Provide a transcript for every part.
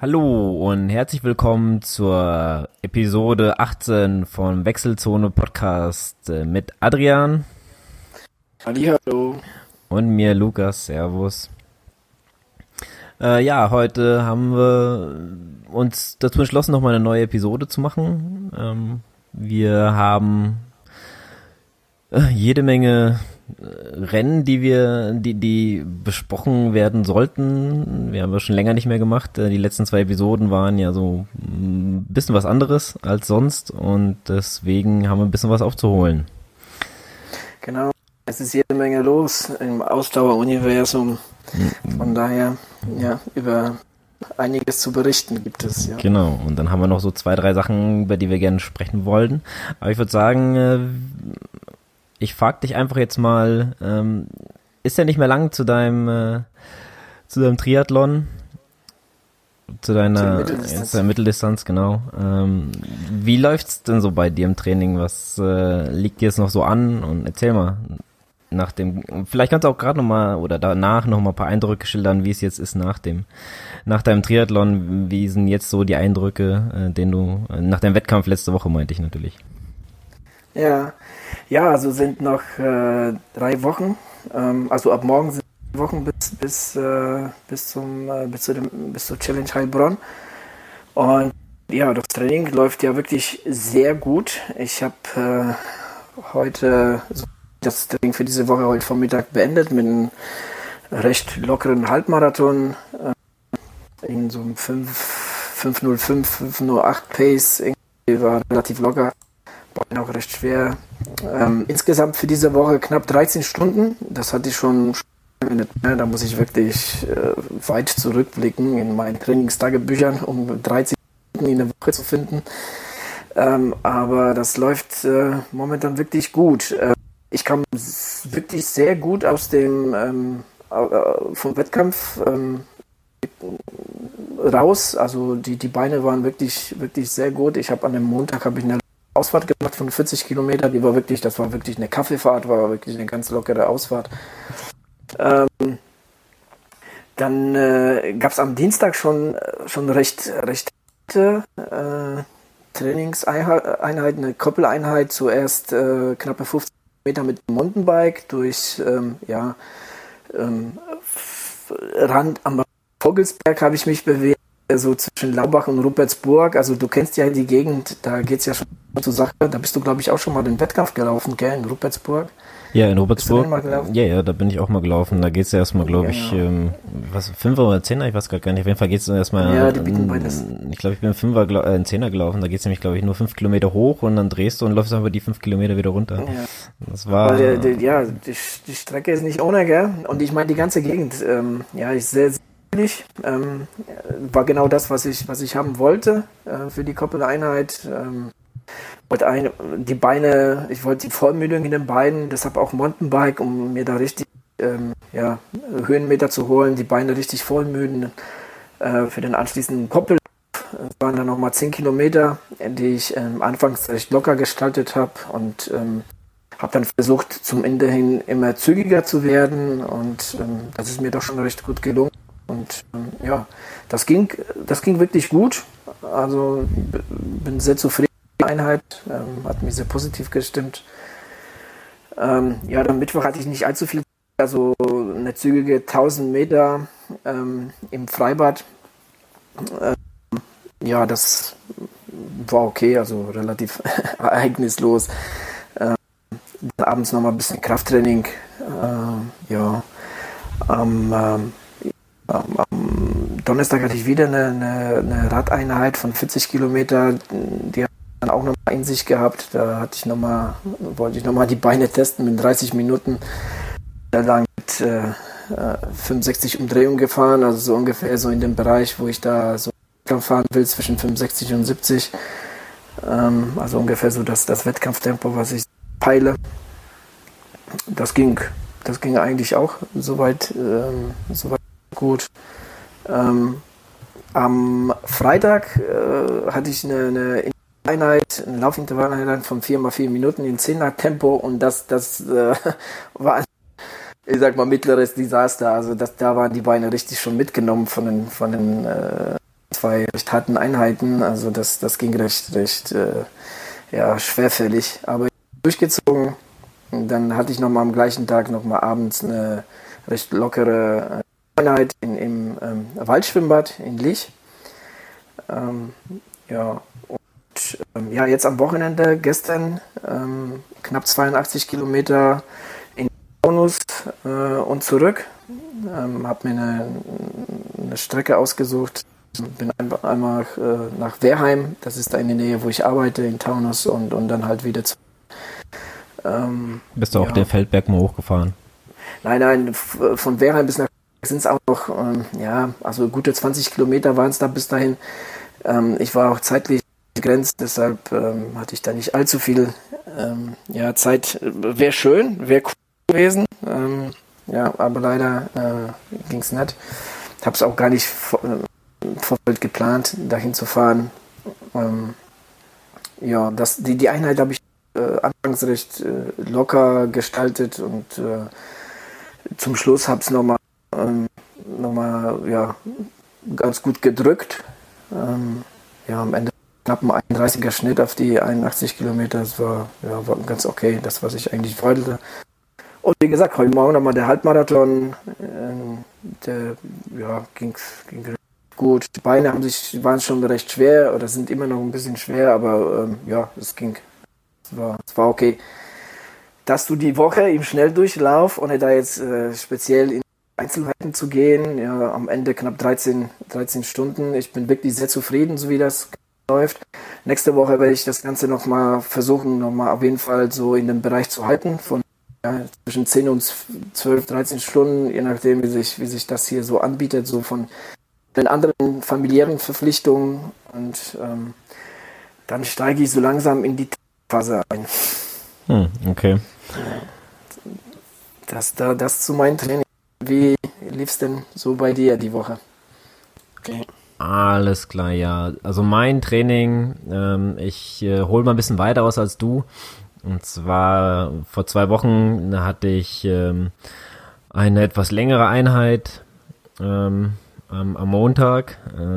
Hallo und herzlich willkommen zur Episode 18 vom Wechselzone Podcast mit Adrian. Hallihallo. Und mir Lukas. Servus. Heute haben wir uns dazu entschlossen, nochmal eine neue Episode zu machen. Wir haben jede Menge Rennen, die besprochen werden sollten. Wir haben das schon länger nicht mehr gemacht. Die letzten 2 Episoden waren ja so ein bisschen was anderes als sonst und deswegen haben wir ein bisschen was aufzuholen. Genau, es ist jede Menge los im Ausdaueruniversum. Von daher, ja, über einiges zu berichten gibt es, ja. Genau, und dann haben wir noch so 2, 3 Sachen, über die wir gerne sprechen wollten. Aber ich würde sagen, ich frag dich einfach jetzt mal, ist ja nicht mehr lang zu deinem Triathlon, zu deiner Mitteldistanz, genau. Wie läuft's denn so bei dir im Training? Was liegt dir jetzt noch so an? Und erzähl mal, vielleicht kannst du auch gerade nochmal oder danach nochmal ein paar Eindrücke schildern, wie es jetzt ist nach deinem Triathlon. Wie sind jetzt so die Eindrücke, den du nach deinem Wettkampf letzte Woche, meinte ich natürlich. Ja, also sind noch 3 Wochen. Also ab morgen sind 3 Wochen bis zur Challenge Heilbronn. Und ja, das Training läuft ja wirklich sehr gut. Ich habe heute das Training für diese Woche heute Vormittag beendet mit einem recht lockeren Halbmarathon in so einem 5:05, 5:08 Pace. Irgendwie war relativ locker. War auch recht schwer. Insgesamt für diese Woche knapp 13 Stunden. Das hatte ich schon. Da muss ich wirklich weit zurückblicken in meinen Trainingstagebüchern, um 13 Stunden in der Woche zu finden. Aber das läuft momentan wirklich gut. Ich kam wirklich sehr gut aus dem vom Wettkampf raus. Also die Beine waren wirklich, wirklich sehr gut. An dem Montag habe ich eine Ausfahrt gemacht von 40 Kilometer, das war wirklich eine Kaffeefahrt, war wirklich eine ganz lockere Ausfahrt. Dann gab es am Dienstag schon recht Trainingseinheit, eine Koppeleinheit, zuerst knappe 50 Meter mit dem Mountainbike durch Rand am Vogelsberg habe ich mich bewegt, so zwischen Laubach und Rupertsburg. Also du kennst ja die Gegend, da geht es ja schon zur Sache. Da bist du, glaube ich, auch schon mal den Wettkampf gelaufen, gell, in Rupertsburg? Ja, in Rupertsburg. Ja, da bin ich auch mal gelaufen. Da geht's ja erstmal, glaube ich, 5er oder 10er, ich weiß gar nicht. Auf jeden Fall geht's dann erstmal. Ja, die bieten beides. Ich glaube, ich bin 10er gelaufen. Da geht's nämlich, glaube ich, nur 5 Kilometer hoch und dann drehst du und läufst aber die 5 Kilometer wieder runter. Ja. Das war. Die Strecke ist nicht ohne, gell? Und ich meine, die ganze Gegend, ist sehr, sehr ähnlich. War genau das, was ich haben wollte für die Koppeleinheit. Die Beine, ich wollte die Vollmüdung in den Beinen, deshalb auch Mountainbike, um mir da richtig Höhenmeter zu holen, die Beine richtig vollmüden für den anschließenden Koppel. Das waren dann nochmal 10 Kilometer, die ich anfangs recht locker gestaltet habe und habe dann versucht, zum Ende hin immer zügiger zu werden und das ist mir doch schon recht gut gelungen. Und das ging wirklich gut. Also bin sehr zufrieden. Einheit, hat mich sehr positiv gestimmt. Am Mittwoch hatte ich nicht allzu viel, also eine zügige 1000 Meter im Freibad. Das war okay, also relativ ereignislos. Abends nochmal ein bisschen Krafttraining. Am Donnerstag hatte ich wieder eine Radeinheit von 40 Kilometer, die dann auch nochmal in sich gehabt. Da wollte ich nochmal die Beine testen mit 30 Minuten. Lang mit 65 Umdrehungen gefahren, also so ungefähr so in dem Bereich, wo ich da so fahren will, zwischen 65 und 70. Also ungefähr so das Wettkampftempo, was ich peile. Das ging eigentlich auch soweit gut. Am Freitag hatte ich eine Laufintervalleinheit von 4x4 Minuten in 10er Tempo und das war, ich sag mal, mittleres Desaster. Also da waren die Beine richtig schon mitgenommen von den 2 recht harten Einheiten. Also das ging recht schwerfällig. Aber durchgezogen. Und dann hatte ich nochmal am gleichen Tag nochmal abends eine recht lockere Einheit im Waldschwimmbad in Lich. Jetzt am Wochenende, gestern, knapp 82 Kilometer in Taunus und zurück. Habe mir eine Strecke ausgesucht. Bin einmal nach Wehrheim, das ist da in der Nähe, wo ich arbeite, in Taunus und dann halt wieder zurück. Bist du auch den Feldberg mal hochgefahren? Nein, von Wehrheim bis nach sind es auch noch, also gute 20 Kilometer waren es da bis dahin. Ich war auch zeitlich begrenzt, deshalb hatte ich da nicht allzu viel Zeit. Wäre schön, wäre cool gewesen, aber leider ging es nicht. Ich habe es auch gar nicht vorfeld geplant, dahin zu fahren. Die Einheit habe ich anfangs recht locker gestaltet und zum Schluss habe ich es nochmal ganz gut gedrückt. Am Ende knapp ein 31er Schnitt auf die 81 Kilometer. Das war ganz okay, das, was ich eigentlich wollte. Und wie gesagt, heute Morgen nochmal der Halbmarathon. Der ging gut. Die Beine waren schon recht schwer oder sind immer noch ein bisschen schwer, aber es ging. Es war okay. Dass du die Woche im Schnelldurchlauf, ohne da jetzt speziell in Einzelheiten zu gehen, am Ende knapp 13 Stunden. Ich bin wirklich sehr zufrieden, so wie das läuft. Nächste Woche werde ich das Ganze nochmal versuchen, auf jeden Fall so in dem Bereich zu halten, von zwischen 10 und 12, 13 Stunden, je nachdem, wie sich das hier so anbietet, so von den anderen familiären Verpflichtungen. Und dann steige ich so langsam in die Phase ein. Okay. Das zu meinem Training. Wie lief es denn so bei dir die Woche? Okay. Alles klar, ja. Also mein Training, ich hole mal ein bisschen weiter aus als du. Und zwar vor 2 Wochen hatte ich eine etwas längere Einheit am Montag.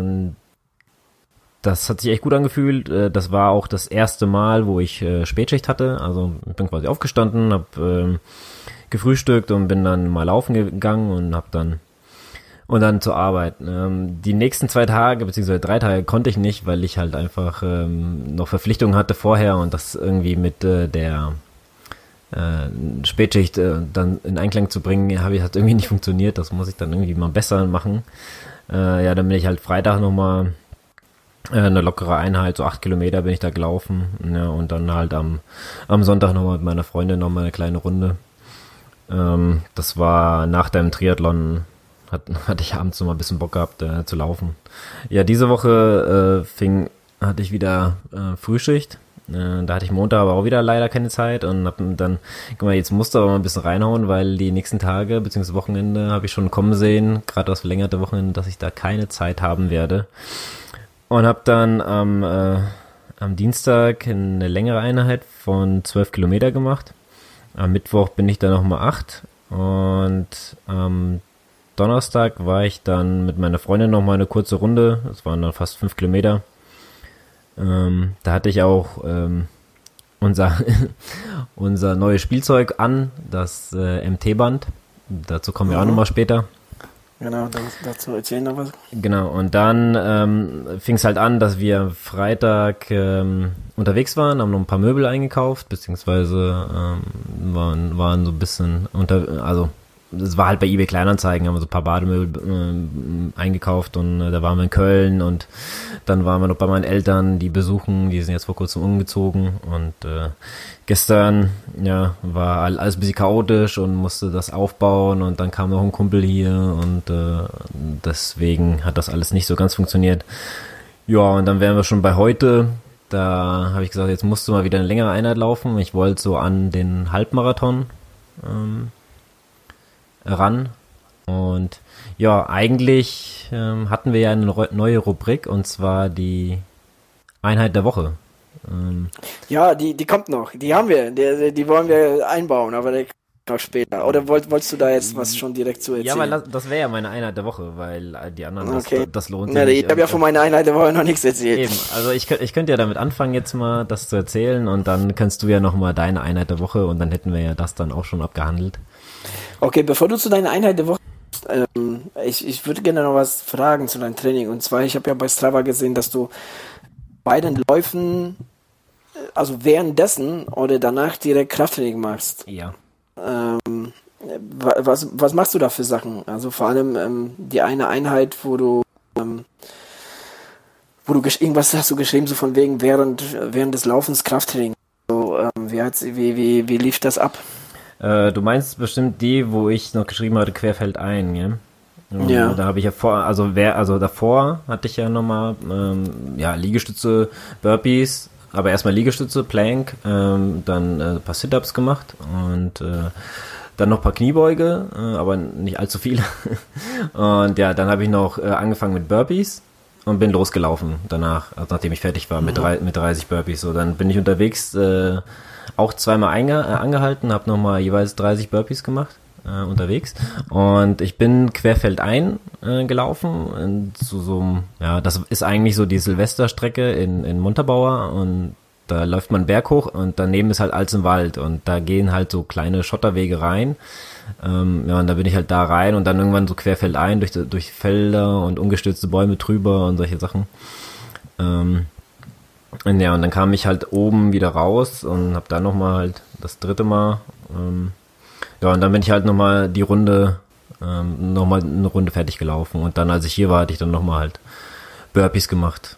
Das hat sich echt gut angefühlt. Das war auch das erste Mal, wo ich Spätschicht hatte. Also ich bin quasi aufgestanden, habe gefrühstückt und bin dann mal laufen gegangen und dann zur Arbeit. Die nächsten 2 Tage beziehungsweise 3 Tage konnte ich nicht, weil ich halt einfach noch Verpflichtungen hatte vorher und das irgendwie mit der Spätschicht dann in Einklang zu bringen, hat irgendwie nicht funktioniert. Das muss ich dann irgendwie mal besser machen. Dann bin ich halt Freitag nochmal eine lockere Einheit, so 8 Kilometer bin ich da gelaufen. Ja, und dann halt am Sonntag nochmal mit meiner Freundin nochmal eine kleine Runde. Das war nach dem Triathlon, hatte ich abends noch mal ein bisschen Bock gehabt zu laufen. Ja, diese Woche hatte ich wieder Frühschicht. Da hatte ich Montag aber auch wieder leider keine Zeit und hab dann, guck mal, jetzt musste aber mal ein bisschen reinhauen, weil die nächsten Tage bzw. Wochenende habe ich schon kommen sehen, gerade das verlängerte Wochenende, dass ich da keine Zeit haben werde. Und habe dann am Dienstag eine längere Einheit von 12 Kilometer gemacht. Am Mittwoch bin ich dann nochmal 8 und am Donnerstag war ich dann mit meiner Freundin nochmal eine kurze Runde. Das waren dann fast 5 Kilometer. Da hatte ich auch unser neues Spielzeug an, das MT-Band. Dazu kommen wir auch nochmal später. Genau, dazu erzählen noch was. Genau, und dann fing es halt an, dass wir Freitag unterwegs waren, haben noch ein paar Möbel eingekauft, beziehungsweise waren so ein bisschen es war halt bei eBay Kleinanzeigen, haben wir so ein paar Bademöbel eingekauft und da waren wir in Köln und dann waren wir noch bei meinen Eltern, die besuchen, die sind jetzt vor kurzem umgezogen und gestern war alles ein bisschen chaotisch und musste das aufbauen und dann kam noch ein Kumpel hier und deswegen hat das alles nicht so ganz funktioniert. Ja, und dann wären wir schon bei heute. Da habe ich gesagt, jetzt musst du mal wieder eine längere Einheit laufen. Ich wollte so an den Halbmarathon ran. Und ja, eigentlich hatten wir ja eine neue Rubrik und zwar die Einheit der Woche. Ja, die kommt noch. Die haben wir. Die wollen wir einbauen, aber noch später. Oder wolltest du da jetzt was schon direkt zu erzählen? Ja, weil das wäre ja meine Einheit der Woche, weil die anderen, okay. das lohnt sich nicht. nicht. Ich habe ja von meiner Einheit der Woche noch nichts erzählt. Eben, also ich könnte ja damit anfangen, jetzt mal das zu erzählen und dann kannst du ja nochmal deine Einheit der Woche und dann hätten wir ja das dann auch schon abgehandelt. Okay, bevor du zu deiner Einheit der Woche ich würde gerne noch was fragen zu deinem Training. Und zwar, ich habe ja bei Strava gesehen, dass du bei den Läufen, also währenddessen oder danach direkt Krafttraining machst. Ja. Was machst du da für Sachen? Also vor allem die eine Einheit, wo du irgendwas hast du geschrieben, so von wegen während des Laufens Krafttraining. So, wie lief das ab? Du meinst bestimmt die, wo ich noch geschrieben hatte, querfeldein, ja? Ja. Da habe ich ja davor hatte ich ja nochmal, Liegestütze, Burpees, aber erstmal Liegestütze, Plank, dann ein paar Sit-Ups gemacht und dann noch ein paar Kniebeuge, aber nicht allzu viele. Und ja, dann habe ich noch angefangen mit Burpees und bin losgelaufen danach, also nachdem ich fertig war mit 30 Burpees. So, dann bin ich unterwegs auch zweimal angehalten, habe nochmal jeweils 30 Burpees gemacht unterwegs und ich bin querfeldein gelaufen zu so einem, das ist eigentlich so die Silvesterstrecke in Montabaur und da läuft man Berg hoch und daneben ist halt Alzenwald und da gehen halt so kleine Schotterwege rein. Und da bin ich halt da rein und dann irgendwann so querfeldein durch Felder und umgestürzte Bäume drüber und solche Sachen. Und dann kam ich halt oben wieder raus und habe dann nochmal halt das dritte Mal, und dann bin ich halt nochmal nochmal eine Runde fertig gelaufen und dann, als ich hier war, hatte ich dann nochmal halt Burpees gemacht.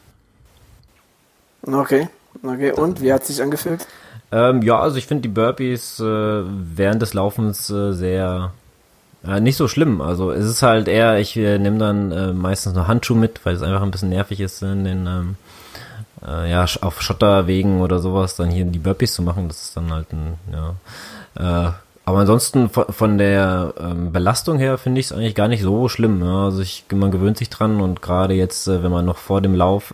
Okay, und wie hat es sich angefühlt? Also ich finde die Burpees während des Laufens sehr nicht so schlimm. Also es ist halt eher, ich nehme dann meistens noch Handschuhe mit, weil es einfach ein bisschen nervig ist, in den auf Schotterwegen oder sowas dann hier die Burpees zu machen. Das ist dann halt aber ansonsten von der Belastung her finde ich es eigentlich gar nicht so schlimm. Ja. Also man gewöhnt sich dran und gerade jetzt, wenn man noch vor dem Lauf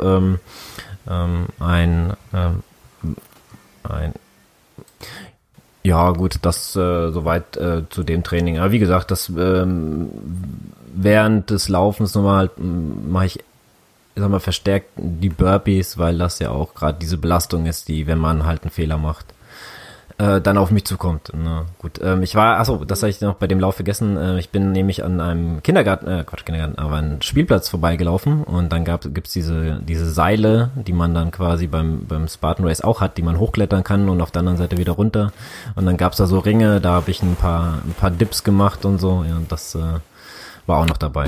das soweit zu dem Training. Aber wie gesagt, das während des Laufens nochmal halt mache ich, verstärkt die Burpees, weil das ja auch gerade diese Belastung ist, die, wenn man halt einen Fehler macht, dann auf mich zukommt. Na gut, das habe ich noch bei dem Lauf vergessen. Ich bin nämlich an einem aber einen Spielplatz vorbeigelaufen und dann gibt's diese Seile, die man dann quasi beim Spartan Race auch hat, die man hochklettern kann und auf der anderen Seite wieder runter. Und dann gab's da so Ringe, da habe ich ein paar Dips gemacht und so. Ja, und das war auch noch dabei.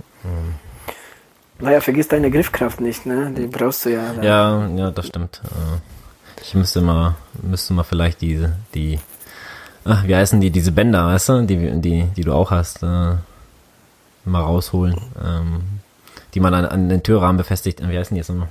Naja, vergiss deine Griffkraft nicht, ne? Die brauchst du ja. Ja, das stimmt. Ich müsste mal vielleicht wie heißen die, diese Bänder, weißt du, die du auch hast, mal rausholen, die man an den Türrahmen befestigt. Wie heißen die jetzt nochmal?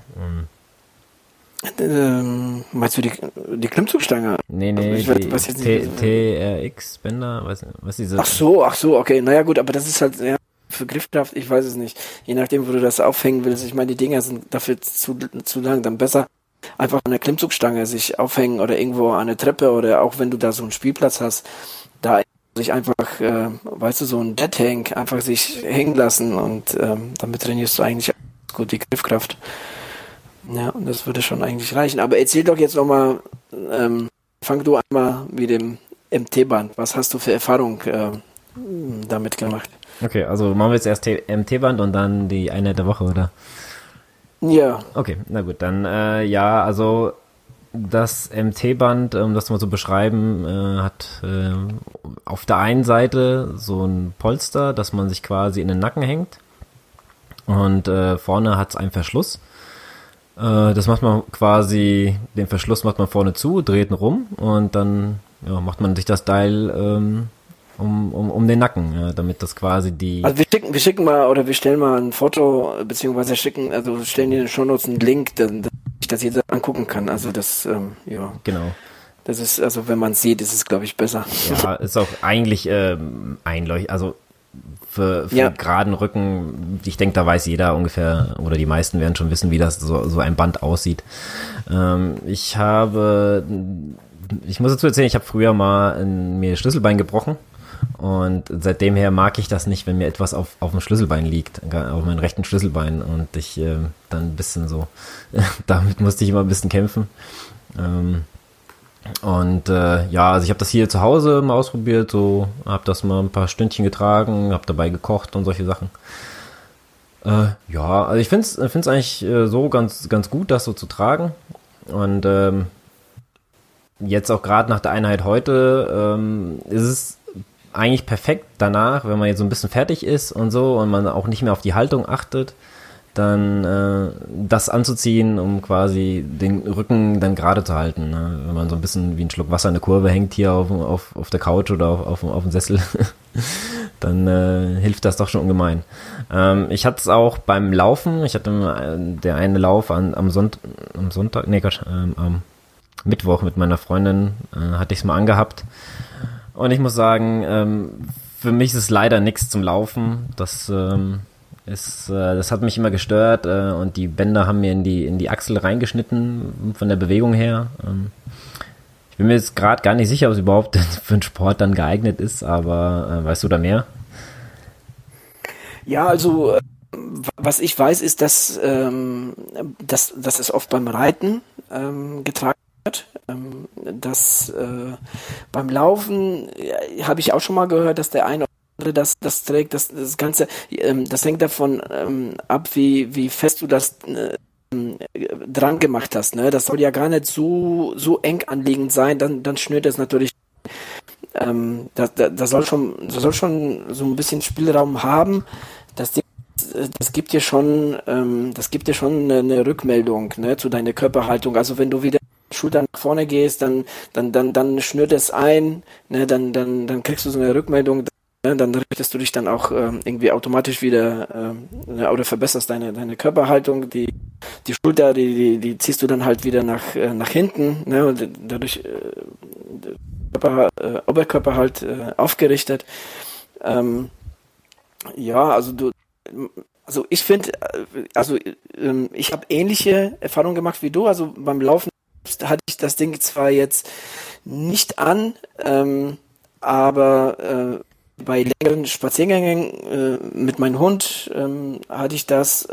Meinst du die Klimmzugstange? Nee, was jetzt TRX-Bänder, was diese? Ach so, okay, naja gut, aber das ist halt, ja, für Griffkraft, ich weiß es nicht. Je nachdem, wo du das aufhängen willst, ich meine, die Dinger sind dafür zu lang, dann besser einfach an der Klimmzugstange sich aufhängen oder irgendwo an der Treppe oder auch wenn du da so einen Spielplatz hast, da sich einfach, so ein Deadhang einfach sich hängen lassen und damit trainierst du eigentlich gut die Griffkraft. Ja, und das würde schon eigentlich reichen. Aber erzähl doch jetzt nochmal, fang du einmal mit dem MT-Band. Was hast du für Erfahrung damit gemacht? Okay, also machen wir jetzt erst MT-Band und dann die Einheit der Woche, oder? Ja. Okay, na gut, dann also das MT-Band, um das mal zu beschreiben, hat auf der einen Seite so ein Polster, das man sich quasi in den Nacken hängt und vorne hat es einen Verschluss. Das macht man quasi, den Verschluss macht man vorne zu, dreht ihn rum und dann macht man sich das Teil um den Nacken, damit das quasi die... Also wir schicken mal, oder wir stellen mal ein Foto, beziehungsweise stellen dir in den Shownotes einen Link, dass ich das jeder angucken kann. Also das, Genau. Das ist, also wenn man es sieht, ist es, glaube ich, besser. Ja, ist auch eigentlich einleuchtend, also für geraden Rücken, ich denke, da weiß jeder ungefähr, oder die meisten werden schon wissen, wie das so ein Band aussieht. Ich habe ich muss dazu erzählen, ich habe früher mal mir Schlüsselbein gebrochen und seitdem her mag ich das nicht, wenn mir etwas auf dem Schlüsselbein liegt, auf meinem rechten Schlüsselbein und ich dann ein bisschen so, damit musste ich immer ein bisschen kämpfen. Also ich habe das hier zu Hause mal ausprobiert, so habe das mal ein paar Stündchen getragen, habe dabei gekocht und solche Sachen. Also ich find's eigentlich so ganz gut, das so zu tragen. Und jetzt auch gerade nach der Einheit heute ist es eigentlich perfekt danach, wenn man jetzt so ein bisschen fertig ist und so und man auch nicht mehr auf die Haltung achtet, dann das anzuziehen, um quasi den Rücken dann gerade zu halten. Ne? Wenn man so ein bisschen wie ein Schluck Wasser in der Kurve hängt hier auf der Couch oder auf dem Sessel, dann hilft das doch schon ungemein. Ich hatte es auch beim Laufen. Ich hatte der eine Lauf am Mittwoch mit meiner Freundin, hatte ich es mal angehabt. Und ich muss sagen, für mich ist es leider nichts zum Laufen. Das hat mich immer gestört und die Bänder haben mir in die Achsel reingeschnitten von der Bewegung her. Ich bin mir jetzt gerade gar nicht sicher, ob es überhaupt für einen Sport dann geeignet ist, aber weißt du da mehr? Ja, also was ich weiß, ist, dass es oft beim Reiten getragen wird. Dass beim Laufen habe ich auch schon mal gehört, dass der eine oder andere das trägt. Das Ganze, das hängt davon ab, wie fest du das dran gemacht hast. Ne? Das soll ja gar nicht so eng anliegend sein. Dann schnürt es natürlich. Da soll schon so ein bisschen Spielraum haben. Das gibt dir schon eine Rückmeldung, ne, zu deiner Körperhaltung. Also wenn du wieder Schultern nach vorne gehst, dann schnürt es ein, ne, dann kriegst du so eine Rückmeldung, ne, dann richtest du dich dann auch irgendwie automatisch wieder oder verbesserst deine Körperhaltung. Die Schulter, die ziehst du dann halt wieder nach hinten, ne, und dadurch Oberkörper halt aufgerichtet. Ich finde, ich habe ähnliche Erfahrungen gemacht wie du. Also beim Laufen hatte ich das Ding zwar jetzt nicht an, aber bei längeren Spaziergängen mit meinem Hund hatte ich das.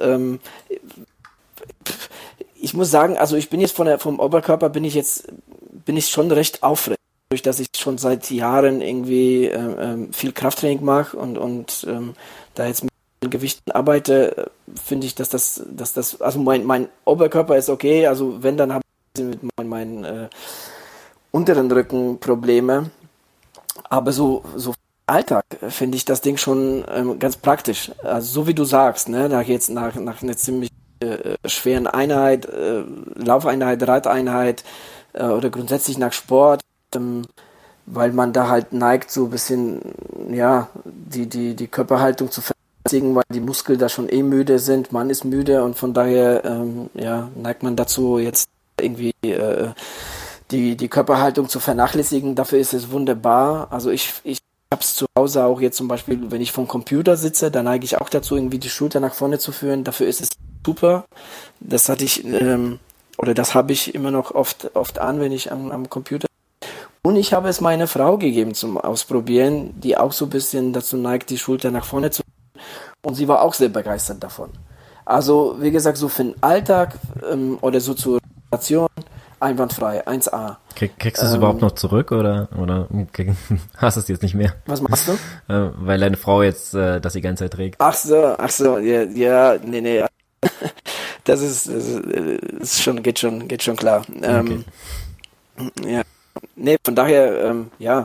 Ich muss sagen, also ich bin jetzt vom Oberkörper bin ich schon recht aufrecht, durch dass ich schon seit Jahren irgendwie viel Krafttraining mache und da jetzt mit Gewichten arbeite, finde ich, dass das, also mein Oberkörper ist okay, also wenn, dann habe ich mit meinen unteren Rücken Probleme, aber so Alltag finde ich das Ding schon ganz praktisch, also so wie du sagst, ne, nach einer ziemlich schweren Einheit, Laufeinheit, Reiteinheit oder grundsätzlich nach Sport, weil man da halt neigt, so ein bisschen, ja, die Körperhaltung zu weil die Muskeln da schon müde sind, man ist müde und von daher neigt man dazu, jetzt irgendwie die Körperhaltung zu vernachlässigen. Dafür ist es wunderbar. Also ich habe es zu Hause auch jetzt zum Beispiel, wenn ich vom Computer sitze, da neige ich auch dazu, irgendwie die Schulter nach vorne zu führen. Dafür ist es super. Das hatte ich oder das habe ich immer noch oft an, wenn ich am Computer. Und ich habe es meiner Frau gegeben zum Ausprobieren, die auch so ein bisschen dazu neigt, die Schulter nach vorne zu. Und sie war auch sehr begeistert davon. Also, wie gesagt, so für den Alltag oder so zur Relation, einwandfrei, 1A. Kriegst du es überhaupt noch zurück oder hast du es jetzt nicht mehr? Was machst du? Weil deine Frau jetzt das die ganze Zeit trägt. Ach so, ja, nee. Das ist schon, geht schon klar. Okay. Ja, nee, von daher,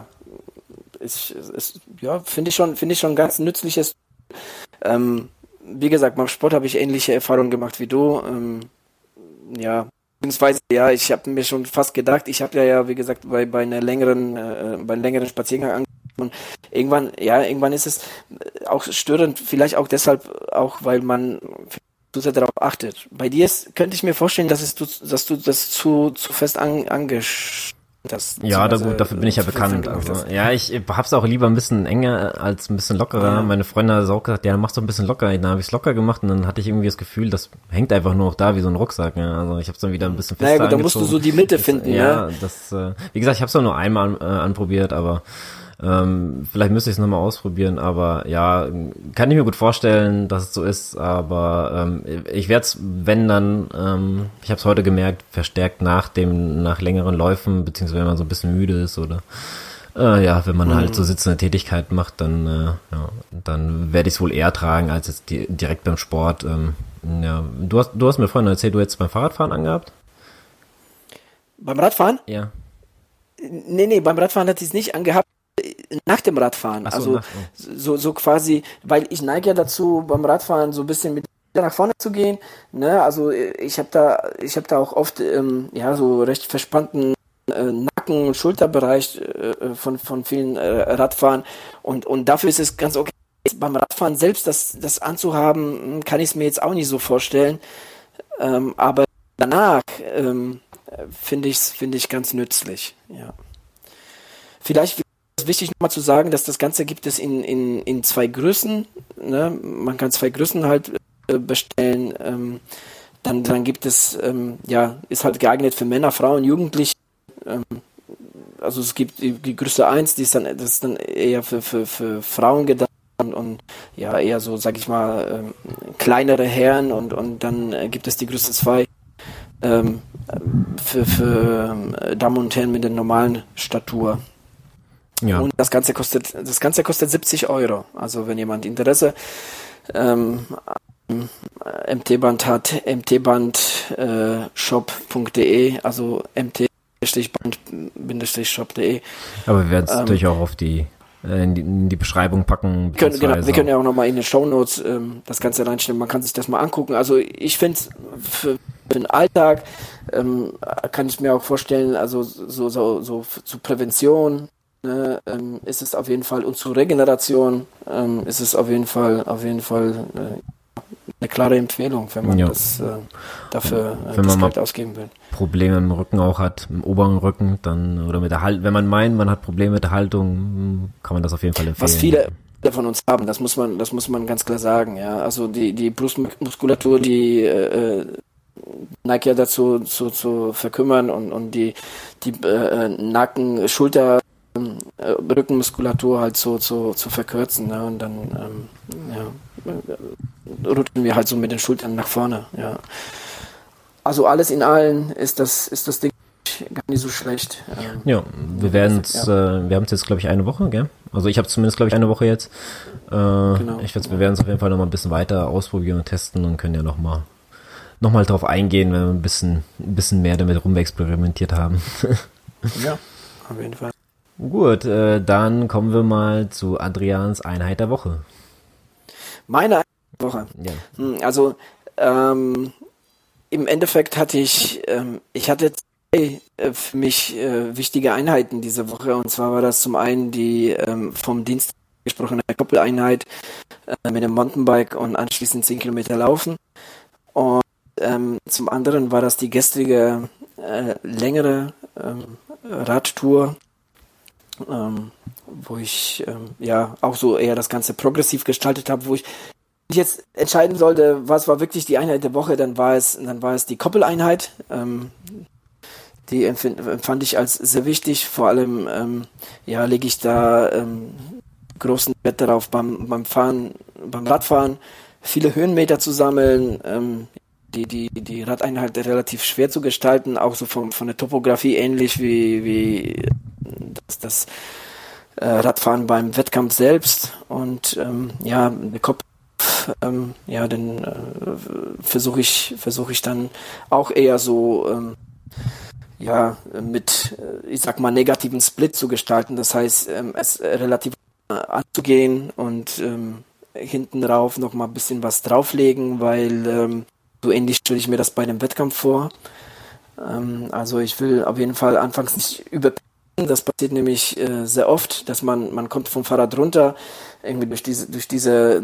finde ich schon ganz nützliches. Wie gesagt, beim Sport habe ich ähnliche Erfahrungen gemacht wie du. Beziehungsweise, ich habe mir schon fast gedacht, ich habe ja, wie gesagt, bei einem längeren Spaziergang angefangen. Irgendwann ist es auch störend, vielleicht auch deshalb, auch weil man zu sehr darauf achtet. Bei dir könnte ich mir vorstellen, dass du das zu fest Ja, dafür bin ich ja bekannt. Also, ja, ich hab's auch lieber ein bisschen enger als ein bisschen lockerer. Ja. Meine Freundin hat auch gesagt, ja, dann mach's doch ein bisschen locker. Dann habe ich's locker gemacht und dann hatte ich irgendwie das Gefühl, das hängt einfach nur noch da wie so ein Rucksack. Ja. Also ich hab's dann wieder ein bisschen fester angezogen. Naja, gut, dann musst du so die Mitte finden. Ja, wie gesagt, ich hab's auch nur einmal anprobiert, aber vielleicht müsste ich es nochmal ausprobieren, aber ja, kann ich mir gut vorstellen, dass es so ist, aber ich werde es, wenn dann, ich habe es heute gemerkt, verstärkt nach längeren Läufen, beziehungsweise wenn man so ein bisschen müde ist oder wenn man halt so sitzende Tätigkeit macht, dann werde ich es wohl eher tragen, als jetzt direkt beim Sport. Du hast mir vorhin erzählt, du hättest beim Fahrradfahren angehabt? Beim Radfahren? Ja. Nee, beim Radfahren hat sie es nicht angehabt. Nach dem Radfahren, so quasi, weil ich neige ja dazu, beim Radfahren so ein bisschen mit nach vorne zu gehen, ne, also ich habe da auch oft, so recht verspannten Nacken- und Schulterbereich von vielen Radfahren und dafür ist es ganz okay, beim Radfahren selbst das anzuhaben, kann ich es mir jetzt auch nicht so vorstellen, aber danach finde ich ganz nützlich, ja. Vielleicht ist wichtig nochmal zu sagen, dass das Ganze gibt es in 2 Größen. Ne? Man kann 2 Größen halt bestellen. Dann gibt es, ist halt geeignet für Männer, Frauen, Jugendliche. Also es gibt die Größe 1, das ist dann eher für Frauen gedacht und ja, eher so, sag ich mal, kleinere Herren und dann gibt es die Größe 2 für Damen und Herren mit der normalen Statur. Ja. Und das Ganze kostet 70 €. Also wenn jemand Interesse MT-Band hat, mtbandshop.de, also mt-band-shop.de. Aber wir werden es natürlich auch auf in die Beschreibung packen. Wir können ja auch nochmal in den Shownotes das Ganze reinstellen. Man kann sich das mal angucken. Also ich finde es für den Alltag kann ich mir auch vorstellen, also so zur Prävention ist es auf jeden Fall und zur Regeneration ist es auf jeden Fall eine klare Empfehlung, wenn man das dafür das Geld ausgeben will. Probleme im Rücken auch hat, im oberen Rücken, dann oder mit der wenn man meint, man hat Probleme mit der Haltung, kann man das auf jeden Fall empfehlen. Was viele von uns haben, das muss man ganz klar sagen, ja. Also die Brustmuskulatur, die neigt ja dazu zu verkümmern und die Nacken, Schulter, Rückenmuskulatur halt so zu verkürzen, ne? Und dann rutschen wir halt so mit den Schultern nach vorne, ja. Also alles in allem ist das Ding gar nicht so schlecht. Wir haben es jetzt, glaube ich, eine Woche, gell? Also ich habe zumindest, glaube ich, eine Woche jetzt. Genau. Wir werden es auf jeden Fall noch mal ein bisschen weiter ausprobieren und testen und können ja noch mal drauf eingehen, wenn wir ein bisschen mehr damit rumexperimentiert haben. Ja, auf jeden Fall. Gut, dann kommen wir mal zu Adrians Einheit der Woche. Meine Einheit der Woche? Ja. Also, im Endeffekt hatte ich hatte 2 für mich wichtige Einheiten diese Woche, und zwar war das zum einen die vom Dienst gesprochene Koppeleinheit mit dem Mountainbike und anschließend 10 Kilometer laufen, und zum anderen war das die gestrige längere Radtour, wo ich auch so eher das Ganze progressiv gestaltet habe, wo ich jetzt entscheiden sollte, was war wirklich die Einheit der Woche, dann war es die Koppeleinheit. Die empfand ich als sehr wichtig. Vor allem lege ich da großen Wert darauf, beim Radfahren viele Höhenmeter zu sammeln, die Radeinheit relativ schwer zu gestalten, auch so von der Topografie ähnlich wie das Radfahren beim Wettkampf selbst. Und der Kopf, den versuche ich dann auch eher so mit, ich sag mal, negativen Split zu gestalten. Das heißt, es relativ anzugehen und hinten drauf noch mal ein bisschen was drauflegen, weil so ähnlich stelle ich mir das bei dem Wettkampf vor. Also ich will auf jeden Fall anfangs nicht überpicken. Das passiert nämlich sehr oft, dass man kommt vom Fahrrad runter, irgendwie durch diese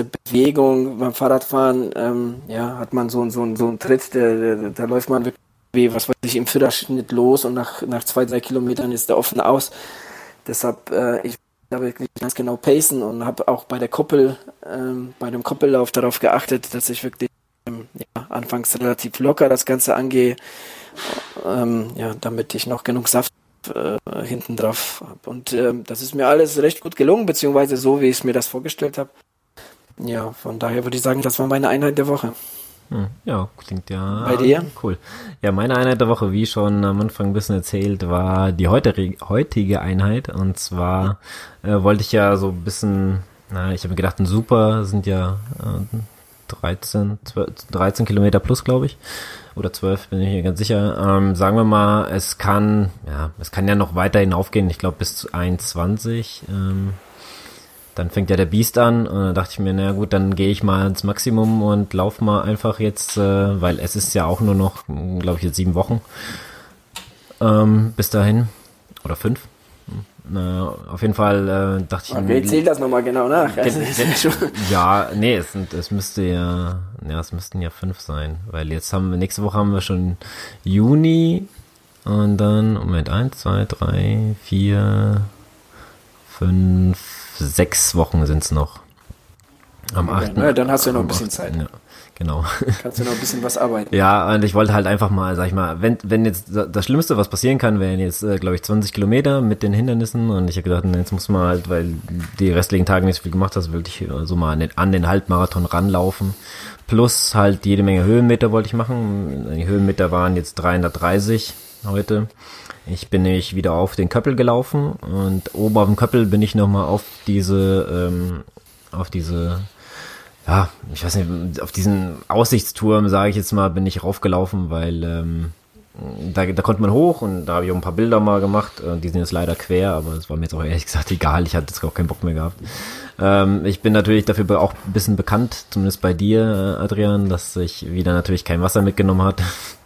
Bewegung beim Fahrradfahren, hat man so einen Tritt, da läuft man wirklich was weiß ich, im Viererschnitt los und nach 2-3 Kilometern ist der offen aus. Deshalb, ich da wirklich ganz genau pacen und habe auch bei der Koppel, bei dem Koppellauf darauf geachtet, dass ich wirklich anfangs relativ locker das Ganze angehe, damit ich noch genug Saft hinten drauf habe. Und das ist mir alles recht gut gelungen, beziehungsweise so, wie ich es mir das vorgestellt habe. Ja, von daher würde ich sagen, das war meine Einheit der Woche. Ja, klingt ja bei dir? Cool. Ja, meine Einheit der Woche, wie schon am Anfang ein bisschen erzählt, war die heutige Einheit. Und zwar wollte ich ja so ein bisschen, ich habe mir gedacht, ein Super sind ja 13 Kilometer plus, glaube ich. Oder 12, bin ich mir ganz sicher. Sagen wir mal, es kann ja noch weiter hinaufgehen. Ich glaube bis zu 21. Dann fängt ja der Biest an und dann dachte ich mir, na gut, dann gehe ich mal ins Maximum und lauf mal einfach jetzt, weil es ist ja auch nur noch, glaube ich, jetzt 7 Wochen bis dahin. Oder 5. Auf jeden Fall dachte ich... Okay, zähl das nochmal genau nach. Ja, nee, es müssten ja 5 sein, weil jetzt nächste Woche haben wir schon Juni und dann, 1, 2, 3, 4, 5, 6 Wochen sind es noch. Am 8. Ja, dann hast du ja noch ein bisschen Zeit. Ja, genau. Kannst du noch ein bisschen was arbeiten. Ja, und ich wollte halt einfach mal, sag ich mal, wenn jetzt das Schlimmste, was passieren kann, wären jetzt, glaube ich, 20 Kilometer mit den Hindernissen und ich habe gedacht, jetzt muss man halt, weil die restlichen Tage nicht so viel gemacht hast, wirklich so mal an den Halbmarathon ranlaufen. Plus halt jede Menge Höhenmeter wollte ich machen. Die Höhenmeter waren jetzt 330 heute. Ich bin nämlich wieder auf den Köppel gelaufen und oben auf dem Köppel bin ich nochmal auf diese, ja, ich weiß nicht, auf diesen Aussichtsturm, sage ich jetzt mal, bin ich raufgelaufen, weil da konnte man hoch und da habe ich auch ein paar Bilder mal gemacht. Die sind jetzt leider quer, aber es war mir jetzt auch ehrlich gesagt egal. Ich hatte jetzt auch keinen Bock mehr gehabt. Ich bin natürlich dafür auch ein bisschen bekannt, zumindest bei dir, Adrian, dass ich wieder natürlich kein Wasser mitgenommen hatte.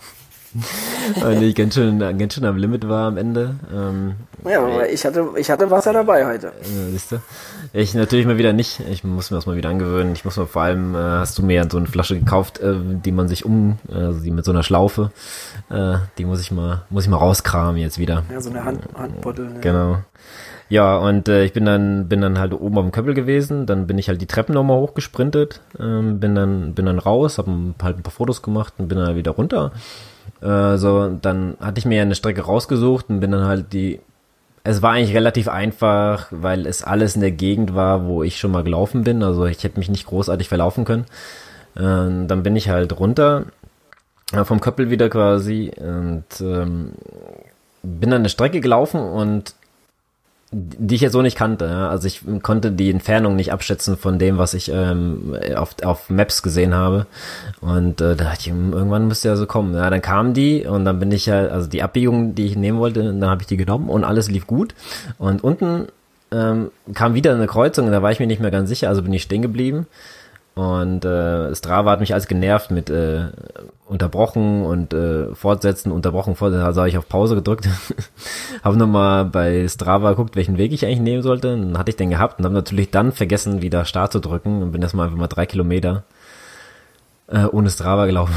Und ich ganz schön am Limit war am Ende. Ja, aber ich hatte Wasser dabei heute. Siehst du? Ich natürlich mal wieder nicht. Ich muss mir das mal wieder angewöhnen. Ich muss mir vor allem, hast du mir ja so eine Flasche gekauft, die man sich also die mit so einer Schlaufe, die muss ich mal rauskramen jetzt wieder. Ja, so eine Handbottle. Ja. Genau. Ja, und ich bin dann halt oben auf dem Köppel gewesen, dann bin ich halt die Treppen nochmal hochgesprintet, bin dann raus, hab halt ein paar Fotos gemacht und bin dann wieder runter. Dann hatte ich mir ja eine Strecke rausgesucht und bin dann halt es war eigentlich relativ einfach, weil es alles in der Gegend war, wo ich schon mal gelaufen bin, also ich hätte mich nicht großartig verlaufen können. Dann bin ich halt runter, vom Köppel wieder quasi und bin dann eine Strecke gelaufen und die ich jetzt so nicht kannte. Ja. Also ich konnte die Entfernung nicht abschätzen von dem, was ich auf Maps gesehen habe. Und da dachte ich, irgendwann müsste ja so kommen. Ja, dann kam die und dann bin ich ja, also die Abbiegung, die ich nehmen wollte, dann habe ich die genommen und alles lief gut. Und unten kam wieder eine Kreuzung und da war ich mir nicht mehr ganz sicher, also bin ich stehen geblieben. Und Strava hat mich alles genervt mit unterbrochen und fortsetzen, unterbrochen, also habe ich auf Pause gedrückt. Habe nochmal bei Strava geguckt, welchen Weg ich eigentlich nehmen sollte. Und dann hatte ich den gehabt und habe natürlich dann vergessen, wieder Start zu drücken und bin erstmal einfach mal 3 Kilometer ohne Strava gelaufen.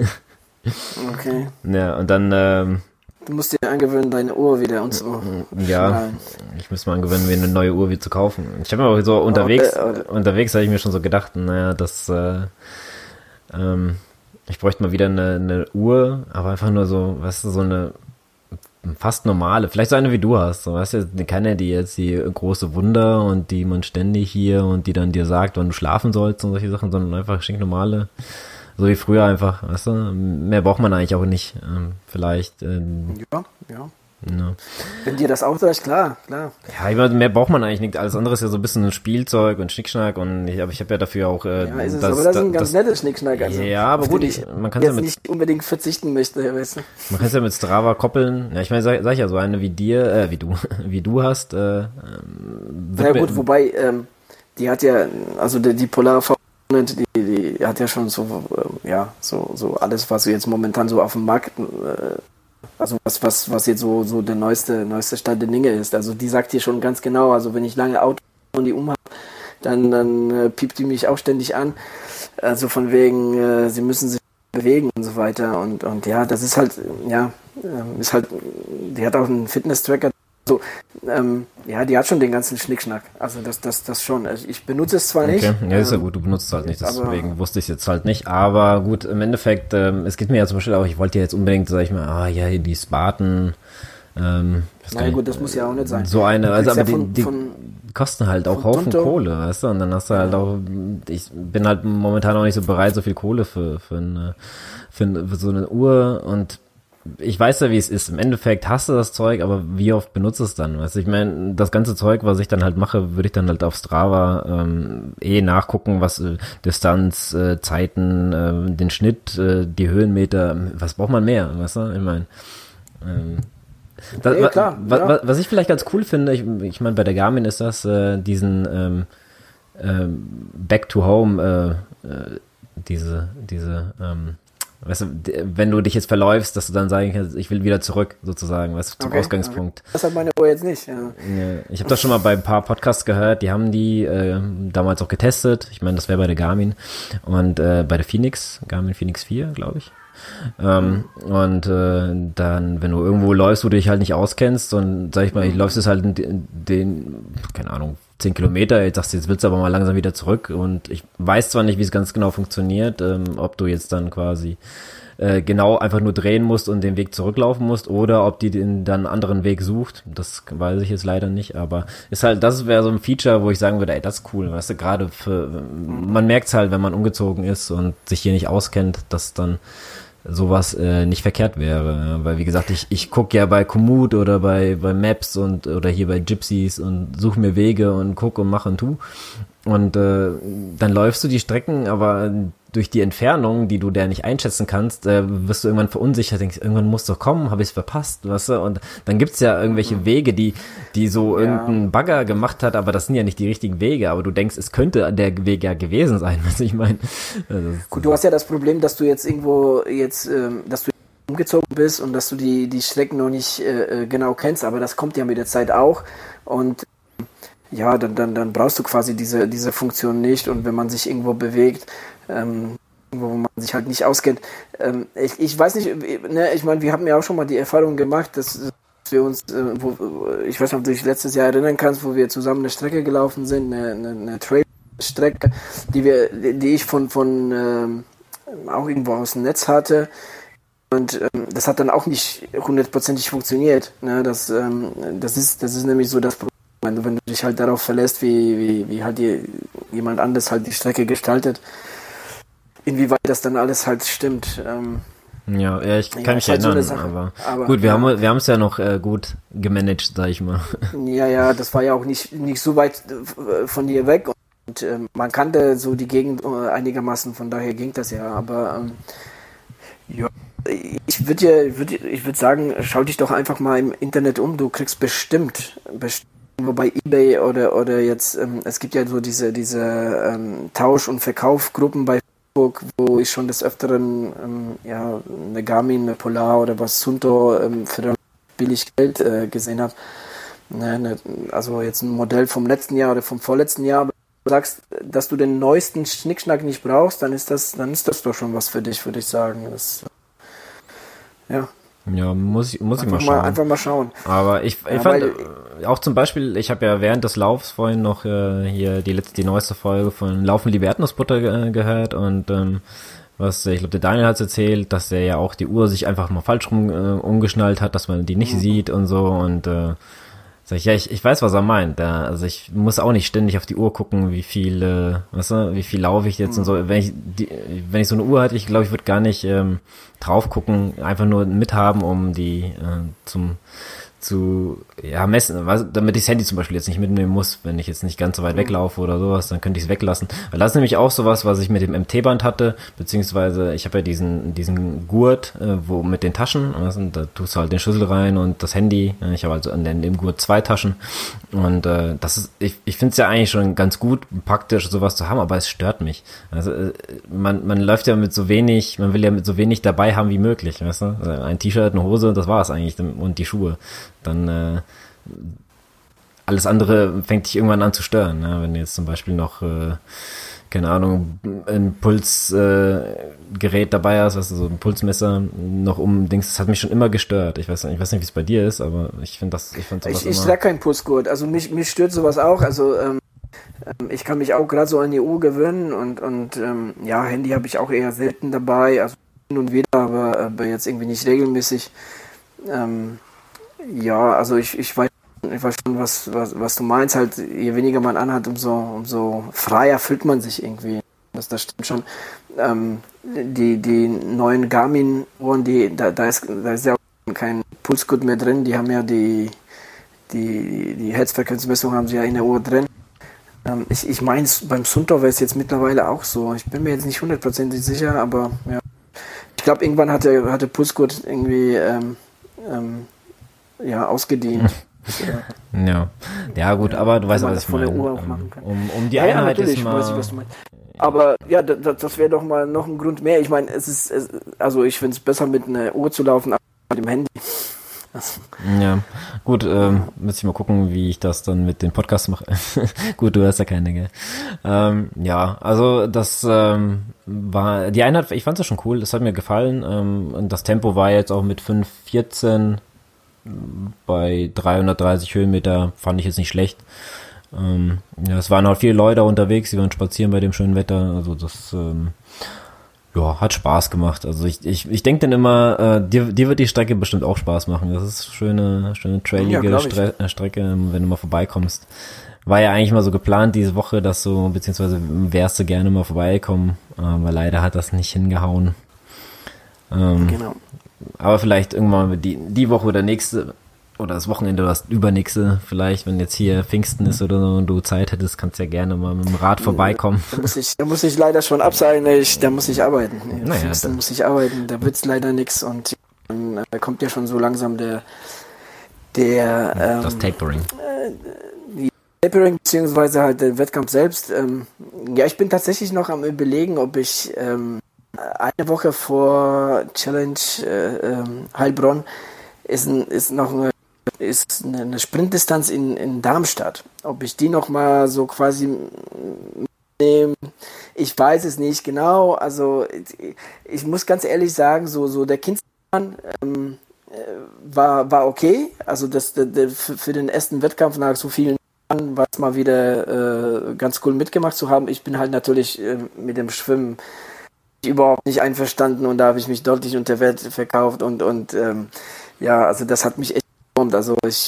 Okay. Ja, und dann du musst dir angewöhnen, deine Uhr wieder und so. Ja, ich muss mal angewöhnen, mir eine neue Uhr wieder zu kaufen. Ich habe mir auch so unterwegs habe ich mir schon so gedacht, ich bräuchte mal wieder eine Uhr, aber einfach nur so, weißt du, so eine fast normale, vielleicht so eine wie du hast, so, weißt du, keine, die jetzt die große Wunder und die man ständig hier und die dann dir sagt, wann du schlafen sollst und solche Sachen, sondern einfach stinknormale. So wie früher einfach, weißt du? Mehr braucht man eigentlich auch nicht. Vielleicht. Ja. Ja. Wenn dir das ausreicht, klar. Ja, ich meine, mehr braucht man eigentlich nicht. Alles andere ist ja so ein bisschen ein Spielzeug und Schnickschnack und ich habe ja dafür auch. Ist es, aber das ist ein ganz nettes Schnickschnack. Also, ja, aber gut, man kann jetzt nicht unbedingt verzichten möchte, weißt du? Man kann es ja mit Strava koppeln. Ja, ich meine, sag ich ja, so eine wie dir, wie du hast. Ja gut, wobei die hat ja, also die Polar die hat ja schon so alles, was jetzt momentan so auf dem Markt, also was jetzt so der neueste Stand der Dinge ist. Also die sagt dir schon ganz genau, also wenn ich lange Auto und die habe, dann piept die mich auch ständig an. Also von wegen, sie müssen sich bewegen und so weiter. Und ja, das ist halt, ist halt, die hat auch einen Fitness-Tracker. So, ja, die hat schon den ganzen Schnickschnack. Also das schon. Also ich benutze es zwar nicht. Ja, ist ja gut, du benutzt es halt nicht, deswegen wusste ich es jetzt halt nicht. Aber gut, im Endeffekt, es geht mir ja zum Beispiel auch, ich wollte ja jetzt unbedingt, sag ich mal, hier die Spartan, na gut, das muss ja auch nicht sein. So eine, also aber die kosten halt auch Haufen Tonto. Kohle, weißt du, und dann hast du halt auch, ich bin halt momentan auch nicht so bereit, so viel Kohle für so eine Uhr, und ich weiß ja, wie es ist. Im Endeffekt hast du das Zeug, aber wie oft benutzt es dann? Weißt du, ich meine, das ganze Zeug, was ich dann halt mache, würde ich dann halt auf Strava nachgucken, was Distanz, Zeiten, den Schnitt, die Höhenmeter, was braucht man mehr? Weißt du, ich meine, klar, was ich vielleicht ganz cool finde, ich meine, bei der Garmin ist das diesen Back to Home, weißt du, wenn du dich jetzt verläufst, dass du dann sagen kannst, ich will wieder zurück, sozusagen, weißt du, zum Ausgangspunkt. Okay. Das hat meine Uhr jetzt nicht. Ja. Ja, ich habe das schon mal bei ein paar Podcasts gehört, die haben die damals auch getestet. Ich meine, das wäre bei der Garmin und bei der Garmin Phoenix 4, glaube ich. Und dann, wenn du irgendwo läufst, wo du dich halt nicht auskennst und sag ich mal, ich läufst es halt den, keine Ahnung, 10 Kilometer, jetzt sagst du, jetzt willst du aber mal langsam wieder zurück, und ich weiß zwar nicht, wie es ganz genau funktioniert, ob du jetzt dann quasi genau einfach nur drehen musst und den Weg zurücklaufen musst, oder ob die den dann einen anderen Weg sucht, das weiß ich jetzt leider nicht, aber ist halt, das wäre so ein Feature, wo ich sagen würde, ey, das ist cool, weißt du, gerade man merkt's halt, wenn man umgezogen ist und sich hier nicht auskennt, dass dann sowas nicht verkehrt wäre, weil wie gesagt, ich gucke ja bei Komoot oder bei Maps oder hier bei Gypsies und suche mir Wege und gucke und mache und tu, und dann läufst du die Strecken, aber durch die Entfernung, die du da nicht einschätzen kannst, wirst du irgendwann verunsichert, denkst, irgendwann muss doch kommen, habe ich es verpasst, weißt du, und dann gibt's ja irgendwelche Wege, die so irgendein Bagger gemacht hat, aber das sind ja nicht die richtigen Wege, aber du denkst, es könnte der Weg ja gewesen sein, was ich meine. Gut, du hast ja das Problem, dass du jetzt dass du umgezogen bist und dass du die Strecken noch nicht genau kennst, aber das kommt ja mit der Zeit auch, und ja, dann brauchst du quasi diese Funktion nicht, und wenn man sich irgendwo bewegt, wo man sich halt nicht auskennt. Ich weiß nicht, ne, ich meine, wir haben ja auch schon mal die Erfahrung gemacht, dass wir uns, ich weiß nicht, ob du dich letztes Jahr erinnern kannst, wo wir zusammen eine Strecke gelaufen sind, eine Trail-Strecke, die ich von auch irgendwo aus dem Netz hatte. Und das hat dann auch nicht hundertprozentig funktioniert. Ne? Das ist nämlich so das Problem. Wenn du dich halt darauf verlässt, wie halt jemand anderes halt die Strecke gestaltet, inwieweit das dann alles halt stimmt. Ja, ich kann mich erinnern, so aber gut, wir haben es ja noch gut gemanagt, sag ich mal. Ja, das war ja auch nicht so weit von dir weg, und man kannte so die Gegend einigermaßen, von daher ging das ja, aber ja, ich würde sagen, schau dich doch einfach mal im Internet um, du kriegst bestimmt bei eBay oder jetzt, es gibt ja so diese Tausch- und Verkaufgruppen bei Facebook, wo ich schon des Öfteren eine Garmin, eine Polar oder was Sunto für billig Geld gesehen habe. Also jetzt ein Modell vom letzten Jahr oder vom vorletzten Jahr, aber du sagst, dass du den neuesten Schnickschnack nicht brauchst, dann ist das doch schon was für dich, würde ich sagen. Ja, muss ich mal schauen. Einfach mal schauen. Aber ich fand auch zum Beispiel, ich habe ja während des Laufs vorhin noch hier die neueste Folge von Laufen liebe Erdnussbutter gehört, und ich glaube, der Daniel hat es erzählt, dass er ja auch die Uhr sich einfach mal falsch rum umgeschnallt hat, dass man die nicht sieht und so, und sag ich, ja, ich weiß, was er meint. Ja, also ich muss auch nicht ständig auf die Uhr gucken, wie viel laufe ich jetzt und so. Wenn ich so eine Uhr hatte, ich glaube, ich würde gar nicht drauf gucken, einfach nur mithaben, um die zu messen, damit ich das Handy zum Beispiel jetzt nicht mitnehmen muss, wenn ich jetzt nicht ganz so weit weglaufe oder sowas, dann könnte ich es weglassen. Weil das ist nämlich auch sowas, was ich mit dem MT-Band hatte, beziehungsweise ich habe ja diesen Gurt, wo mit den Taschen, also da tust du halt den Schlüssel rein und das Handy. Ich habe also an dem Gurt 2 Taschen, und das ist, ich finde es ja eigentlich schon ganz gut, praktisch sowas zu haben, aber es stört mich. Also man läuft ja mit so wenig, man will ja mit so wenig dabei haben wie möglich, weißt du? Also ein T-Shirt, eine Hose, das war es eigentlich, und die Schuhe. Dann alles andere fängt dich irgendwann an zu stören, ne? Wenn du jetzt zum Beispiel noch keine Ahnung, ein Pulsgerät dabei hast, weißt du, so ein Pulsmesser noch das hat mich schon immer gestört. Ich weiß nicht, wie es bei dir ist, aber ich fand sowas Ich trage keinen Pulsgurt, also mich stört sowas auch, also ich kann mich auch gerade so an die Uhr gewöhnen und ja, Handy habe ich auch eher selten dabei, also hin und wieder, aber jetzt irgendwie nicht regelmäßig. Ja, also ich weiß schon, was du meinst, halt, je weniger man anhat, umso freier fühlt man sich irgendwie. Das stimmt schon. Die neuen Garmin-Uhren, da ist ja auch kein Pulsgurt mehr drin, die haben ja die Herzfrequenzmessung haben sie ja in der Uhr drin. Ich meine, beim Suntour wäre es jetzt mittlerweile auch so. Ich bin mir jetzt nicht hundertprozentig sicher, aber ja. Ich glaube, irgendwann hatte Pulsgurt irgendwie ausgedient. Ja, gut, aber du weißt, was ich meine. Um die Einheit ist mal... Weiß ich, was du meinst. Aber ja, das wäre doch mal noch ein Grund mehr. Ich meine, also ich finde es besser, mit einer Uhr zu laufen, als mit dem Handy. Ja, gut, müsste ich mal gucken, wie ich das dann mit den Podcasts mache. Gut, du hast ja keine, gell? Ja, also das war, die Einheit, ich fand es ja schon cool, das hat mir gefallen. Und das Tempo war jetzt auch mit 5,14 bei 330 Höhenmeter, fand ich jetzt nicht schlecht. Ja, es waren halt viele Leute unterwegs, die waren spazieren bei dem schönen Wetter, also das hat Spaß gemacht. Also ich denke dann immer, dir wird die Strecke bestimmt auch Spaß machen. Das ist schöne trailige Strecke, wenn du mal vorbeikommst. War ja eigentlich mal so geplant diese Woche, dass du, beziehungsweise wärst du gerne mal vorbeikommen, aber leider hat das nicht hingehauen. Genau. Aber vielleicht irgendwann die Woche oder nächste oder das Wochenende oder das übernächste vielleicht, wenn jetzt hier Pfingsten ist oder so und du Zeit hättest, kannst ja gerne mal mit dem Rad vorbeikommen. Da muss ich leider schon absagen, da muss ich arbeiten. Pfingsten muss ich arbeiten, da wird's leider nix und dann kommt ja schon so langsam das Tapering. Die Tapering beziehungsweise halt der Wettkampf selbst. Ja, ich bin tatsächlich noch am Überlegen, ob ich eine Woche vor Challenge Heilbronn ist eine Sprintdistanz in Darmstadt. Ob ich die noch mal so quasi nehme, ich weiß es nicht genau. Also ich muss ganz ehrlich sagen, so der Kinzmann war okay. Also für den ersten Wettkampf nach so vielen Jahren war es mal wieder ganz cool mitgemacht zu haben. Ich bin halt natürlich mit dem Schwimmen überhaupt nicht einverstanden und da habe ich mich deutlich unter Wert verkauft und also das hat mich echt geformt. Also das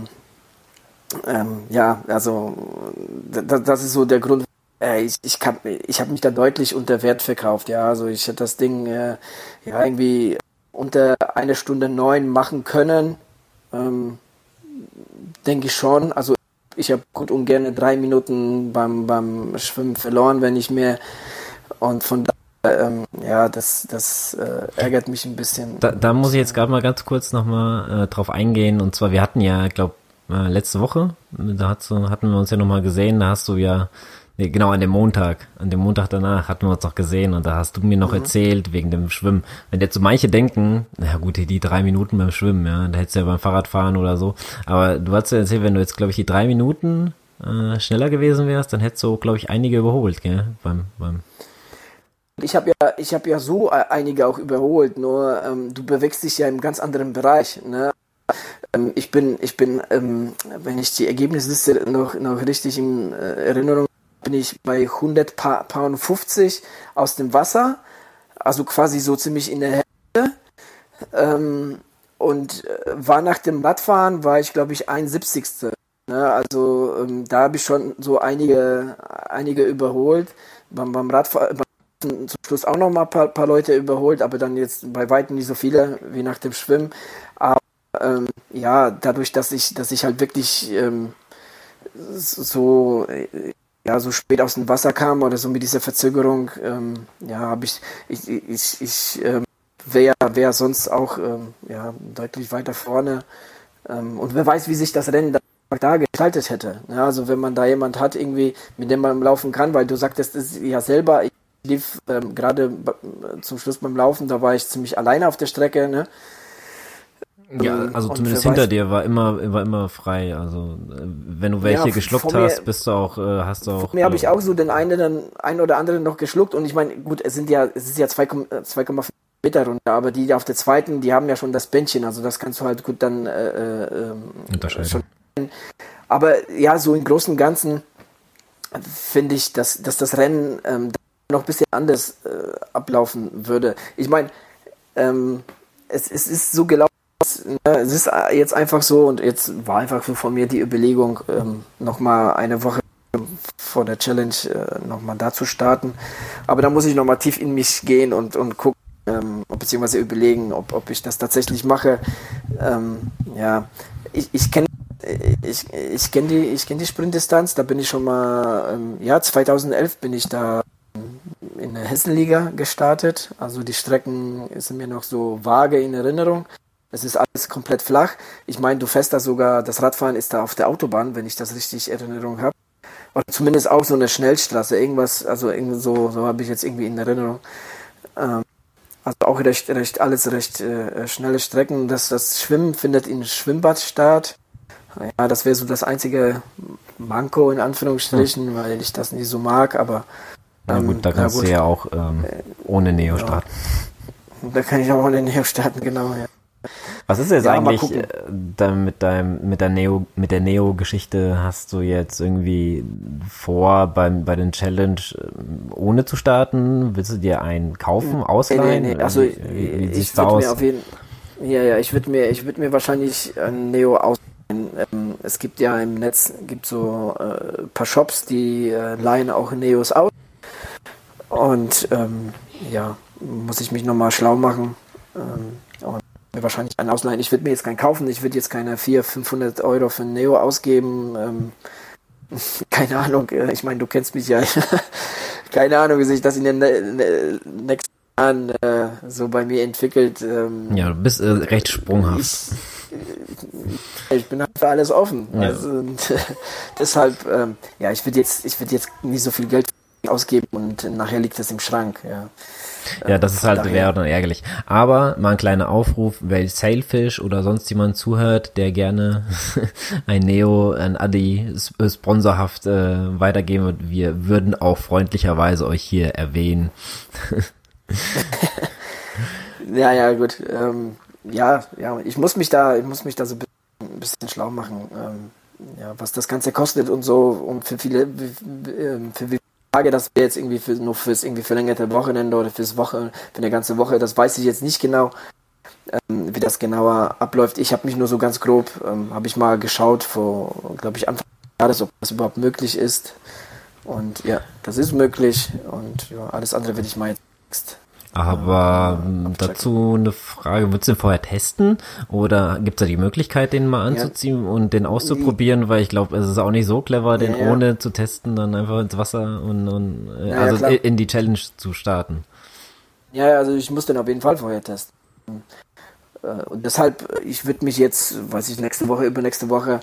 ist so der Grund. Ich habe mich da deutlich unter Wert verkauft. Ja, also ich hätte das Ding irgendwie unter 1:09 machen können. Denke ich schon. Also ich habe gut und gerne 3 Minuten beim Schwimmen verloren, wenn nicht mehr. Und von daher das ärgert mich ein bisschen. Da muss ich jetzt gerade mal ganz kurz nochmal drauf eingehen. Und zwar, wir hatten ja, glaube letzte Woche, hatten wir uns ja nochmal gesehen, da hast du ja, genau, an dem Montag danach hatten wir uns noch gesehen und da hast du mir noch erzählt, wegen dem Schwimmen. Wenn jetzt so manche denken, na gut, die 3 Minuten beim Schwimmen, ja, da hättest du ja beim Fahrradfahren oder so. Aber du hast ja erzählt, wenn du jetzt, glaube ich, die 3 Minuten schneller gewesen wärst, dann hättest du, glaube ich, einige überholt, gell, beim Ich habe ja so einige auch überholt, nur du bewegst dich ja im ganz anderen Bereich. Ne? Ich bin, wenn ich die Ergebnisliste noch richtig in Erinnerung habe, bin ich bei 100,50 aus dem Wasser, also quasi so ziemlich in der Hälfte. Und war nach dem Radfahren, war ich glaube ich 71. Ne? Also da habe ich schon so einige überholt. Beim Radfahren zum Schluss auch noch mal ein paar Leute überholt, aber dann jetzt bei weitem nicht so viele wie nach dem Schwimmen. Aber dadurch, dass ich halt wirklich so spät aus dem Wasser kam oder so mit dieser Verzögerung, habe ich wäre sonst auch deutlich weiter vorne. Und wer weiß, wie sich das Rennen da gestaltet hätte. Ja, also wenn man da jemand hat, irgendwie, mit dem man laufen kann, weil du sagtest es ja selber, ich lief gerade zum Schluss beim Laufen, da war ich ziemlich alleine auf der Strecke, ne? Ja, also zumindest hinter dir war immer frei. Also wenn du welche geschluckt hast, bist du auch, hast du auch. Vor mir habe ich auch so den einen oder anderen noch geschluckt und ich meine, gut, es ist ja 2,5 Meter runter, aber die auf der zweiten, die haben ja schon das Bändchen, also das kannst du halt gut dann unterscheiden. Schon. Aber ja, so im Großen und Ganzen finde ich, dass das Rennen noch ein bisschen anders ablaufen würde. Ich meine, es ist so gelaufen, es ist jetzt einfach so und jetzt war einfach so von mir die Überlegung, nochmal eine Woche vor der Challenge nochmal da zu starten. Aber da muss ich nochmal tief in mich gehen und gucken, beziehungsweise überlegen, ob ich das tatsächlich mache. Ja, ich kenne die Sprintdistanz, da bin ich schon mal, 2011 bin ich da in der Hessenliga gestartet. Also die Strecken sind mir noch so vage in Erinnerung. Es ist alles komplett flach. Ich meine, du fährst da sogar, das Radfahren ist da auf der Autobahn, wenn ich das richtig in Erinnerung habe. Oder zumindest auch so eine Schnellstraße, irgendwas, also irgendwie so habe ich jetzt irgendwie in Erinnerung. Also auch alles recht schnelle Strecken. Das Schwimmen findet im Schwimmbad statt. Ja, das wäre so das einzige Manko in Anführungsstrichen, weil ich das nicht so mag, aber na gut, da kannst du ja auch ohne Neo starten. Da kann ich auch ohne Neo starten, genau, ja. Was ist jetzt eigentlich mit der Neo-Geschichte? Hast du jetzt irgendwie vor, bei den Challenge ohne zu starten? Willst du dir einen kaufen, ausleihen? Nee. Also ich würde mir wahrscheinlich ein Neo ausleihen. Es gibt ja im Netz so paar Shops, die leihen auch Neos aus. Und muss ich mich nochmal schlau machen und mir wahrscheinlich einen ausleihen. Ich würde mir jetzt keinen kaufen, ich würde jetzt keine 400-500 Euro für ein Neo ausgeben. Keine Ahnung, ich meine, du kennst mich ja. Keine Ahnung, wie sich das in den nächsten Jahren so bei mir entwickelt. Ja, du bist recht sprunghaft. Ich bin halt für alles offen. Ja. Also, deshalb, ich würde jetzt nicht so viel Geld ausgeben und nachher liegt das im Schrank. Ja, das ist halt, wäre dann ärgerlich. Aber mal ein kleiner Aufruf, wer Sailfish oder sonst jemand zuhört, der gerne ein Neo, ein Adi sponsorhaft weitergeben wird, wir würden auch freundlicherweise euch hier erwähnen. Ja, gut. Ich muss mich da so ein bisschen schlau machen, was das Ganze kostet und so und für wie viele Tage das wäre jetzt irgendwie fürs irgendwie verlängerte Wochenende oder für eine ganze Woche, das weiß ich jetzt nicht genau, wie das genauer abläuft. Ich habe mich nur so ganz grob, habe ich mal geschaut vor, glaube ich, Anfang des Jahres, ob das überhaupt möglich ist. Und ja, das ist möglich und ja, alles andere werde ich mal jetzt Aber dazu eine Frage, würdest du den vorher testen oder gibt es da die Möglichkeit, den mal anzuziehen und den auszuprobieren, weil ich glaube, es ist auch nicht so clever, den ohne zu testen, dann einfach ins Wasser und in die Challenge zu starten. Ja, also ich muss den auf jeden Fall vorher testen. Und deshalb, ich würde mich jetzt, übernächste Woche,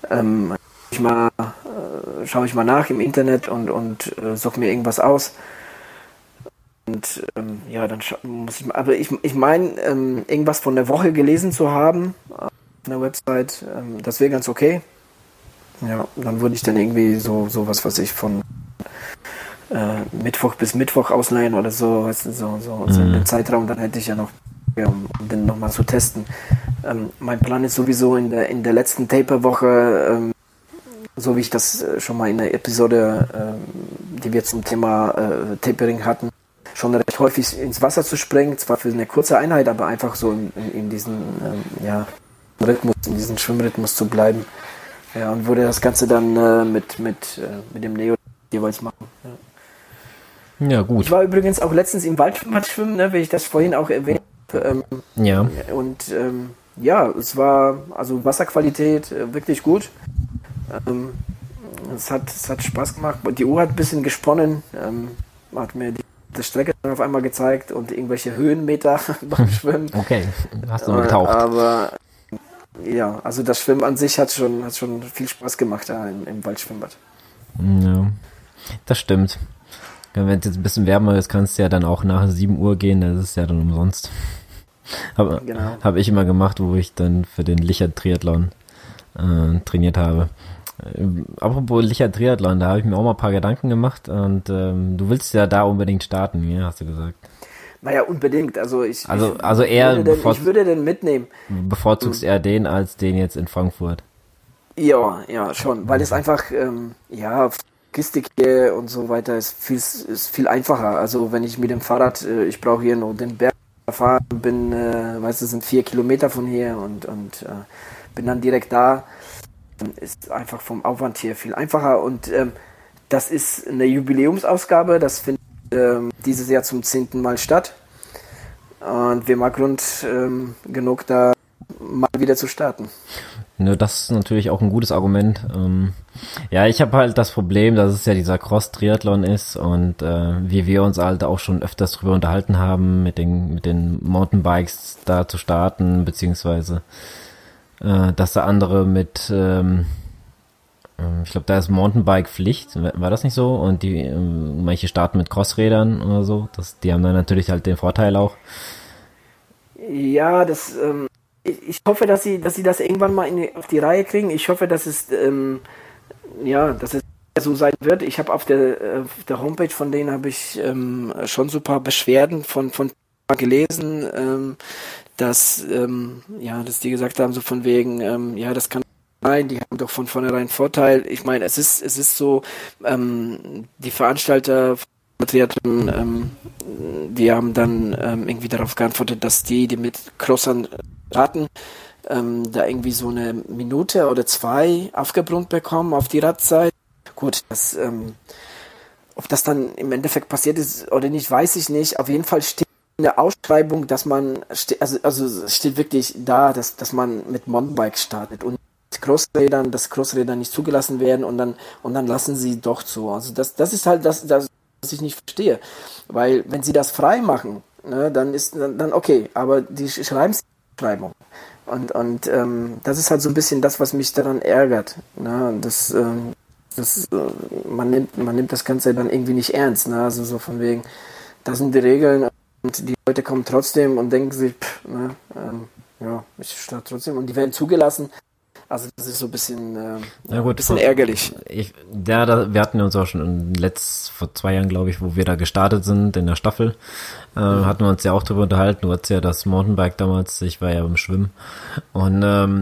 schaue ich mal nach im Internet und suche mir irgendwas aus. Und dann muss ich mal, aber ich meine, irgendwas von der Woche gelesen zu haben auf einer Website, das wäre ganz okay. Ja, dann würde ich dann irgendwie so was ich von Mittwoch bis Mittwoch ausleihen oder so, weißt du, so in den Zeitraum, dann hätte ich ja noch, um den nochmal zu testen. Mein Plan ist sowieso in der letzten Taper-Woche, so wie ich das schon mal in der Episode, die wir zum Thema Tapering hatten, schon recht häufig ins Wasser zu springen, zwar für eine kurze Einheit, aber einfach so in diesen Rhythmus, in diesem Schwimmrhythmus zu bleiben. Ja, und würde das Ganze dann mit dem Neo jeweils machen. Ja, gut. Ich war übrigens auch letztens im Waldschwimmbad schwimmen, wie ich das vorhin auch erwähnt habe. Und es war also Wasserqualität wirklich gut. Es hat Spaß gemacht. Die Uhr hat ein bisschen gesponnen, hat mir die Strecke dann auf einmal gezeigt und irgendwelche Höhenmeter beim Schwimmen. Okay, hast du mal getaucht. Aber ja, also das Schwimmen an sich hat schon viel Spaß gemacht da im Waldschwimmbad. Ja, das stimmt. Wenn es jetzt ein bisschen wärmer ist, kannst du ja dann auch nach 7 Uhr gehen, das ist ja dann umsonst. Genau. Habe ich immer gemacht, wo ich dann für den Licher Triathlon trainiert habe. Apropos Licher Triathlon, da habe ich mir auch mal ein paar Gedanken gemacht und du willst ja da unbedingt starten, ja, hast du gesagt. Naja, unbedingt. Also ich eher ich würde den mitnehmen. Bevorzugst eher den als den jetzt in Frankfurt. Ja, schon, weil es einfach, Logistik hier und so weiter ist viel einfacher. Also wenn ich mit dem Fahrrad, ich brauche hier nur den Berg fahren, bin, sind 4 Kilometer von hier und bin dann direkt da, ist einfach vom Aufwand hier viel einfacher und das ist eine Jubiläumsausgabe, das findet dieses Jahr zum 10. Mal statt und wir haben Grund genug, da mal wieder zu starten. Ne, das ist natürlich auch ein gutes Argument. Ja, ich habe halt das Problem, dass es ja dieser Cross-Triathlon ist und wie wir uns halt auch schon öfters drüber unterhalten haben, mit den Mountainbikes da zu starten, beziehungsweise dass da andere mit ich glaube, da ist Mountainbike-Pflicht, war das nicht so? Und die manche starten mit Crossrädern oder so. Die haben dann natürlich halt den Vorteil auch. Ja, ich hoffe, dass sie das irgendwann mal auf die Reihe kriegen. Ich hoffe, dass es so sein wird. Ich habe auf der Homepage von denen habe ich schon so ein paar Beschwerden von gelesen, dass die gesagt haben, so von wegen, das kann sein, die haben doch von vornherein Vorteil. Ich meine, es ist so, die Veranstalter von Triathlon, die haben dann irgendwie darauf geantwortet, dass die mit Crossern starten, da irgendwie so eine Minute oder 2 aufgebrummt bekommen auf die Radzeit. Gut, ob das dann im Endeffekt passiert ist oder nicht, weiß ich nicht. Auf jeden Fall steht in der Ausschreibung, dass man, also steht wirklich da, dass man mit Mountainbike startet und dass Crossräder nicht zugelassen werden und dann lassen sie doch zu. Also das ist halt das, was ich nicht verstehe. Weil wenn sie das frei machen, ne, dann ist dann okay, aber die schreiben es Schreibung. Und das ist halt so ein bisschen das, was mich daran ärgert. Ne? Man nimmt das Ganze dann irgendwie nicht ernst. Ne? Also so von wegen, das sind die Regeln und die Leute kommen trotzdem und denken sich, ich starte trotzdem und die werden zugelassen. Also das ist so ein bisschen, ärgerlich. Wir hatten uns auch schon vor 2 Jahren, glaube ich, wo wir da gestartet sind in der Staffel, hatten wir uns ja auch drüber unterhalten. Du hattest ja das Mountainbike damals, ich war ja beim Schwimmen. Und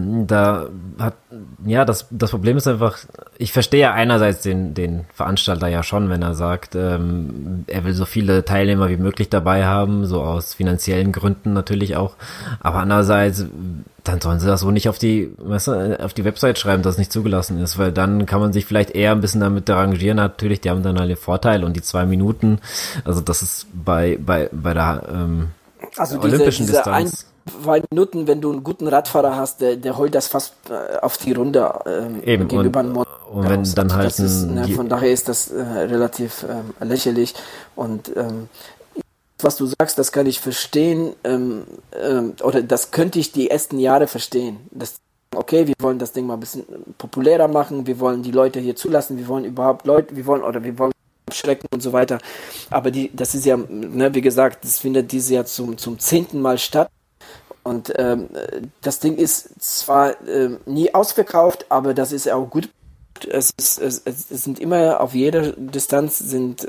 das Problem ist einfach, ich verstehe ja einerseits den Veranstalter ja schon, wenn er sagt, er will so viele Teilnehmer wie möglich dabei haben, so aus finanziellen Gründen natürlich auch. Aber andererseits, dann sollen sie das so nicht auf die Website schreiben, dass es nicht zugelassen ist, weil dann kann man sich vielleicht eher ein bisschen damit arrangieren. Natürlich, die haben dann alle Vorteile und die 2 Minuten, also das ist bei der olympischen diese Distanz. 2 Minuten, wenn du einen guten Radfahrer hast, der holt das fast auf die Runde eben gegenüber und wenn dann halt von daher ist das relativ lächerlich und was du sagst, das kann ich verstehen, oder das könnte ich die ersten Jahre verstehen. Okay, wir wollen das Ding mal ein bisschen populärer machen, wir wollen die Leute hier zulassen, wir wollen abschrecken und so weiter. Aber das ist ja, wie gesagt, das findet dieses Jahr zum 10. Mal statt. Und das Ding ist zwar nie ausverkauft, aber das ist auch gut. Es sind immer auf jeder Distanz sind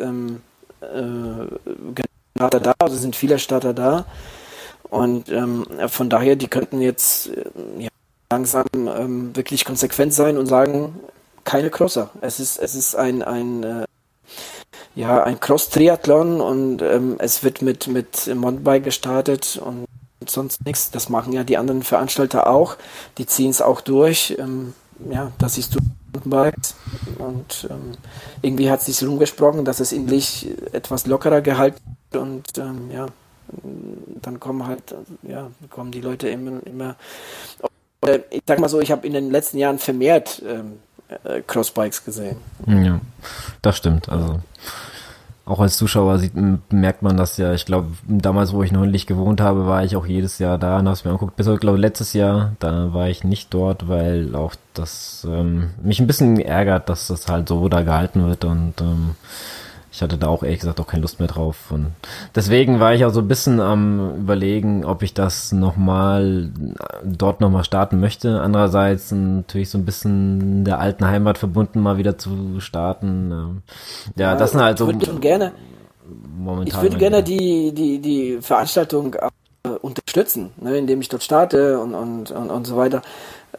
Starter da, also sind viele Starter da und von daher, die könnten jetzt langsam wirklich konsequent sein und sagen, keine Crosser. Es ist ein Cross-Triathlon und es wird mit Mountainbike gestartet und sonst nichts. Das machen ja die anderen Veranstalter auch. Die ziehen es auch durch. Das siehst du Mountainbikes und irgendwie hat es sich rumgesprochen, dass es endlich etwas lockerer gehalten wird und dann kommen die Leute immer ich sag mal so, ich habe in den letzten Jahren vermehrt Crossbikes gesehen. Ja, das stimmt. Also auch als Zuschauer merkt man das ja. Ich glaube, damals, wo ich noch in Lich gewohnt habe, war ich auch jedes Jahr da und habe es mir angeguckt. Bis, glaube letztes Jahr, da war ich nicht dort, weil auch das mich ein bisschen ärgert, dass das halt so da gehalten wird und ich hatte da auch ehrlich gesagt auch keine Lust mehr drauf. Und deswegen war ich auch so ein bisschen am Überlegen, ob ich das dort nochmal starten möchte. Andererseits natürlich so ein bisschen der alten Heimat verbunden, mal wieder zu starten. Ja, das sind halt so momentan. Ich würde gerne die Veranstaltung unterstützen, ne, indem ich dort starte und so weiter.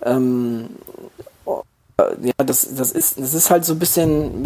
Ja, das ist halt so ein bisschen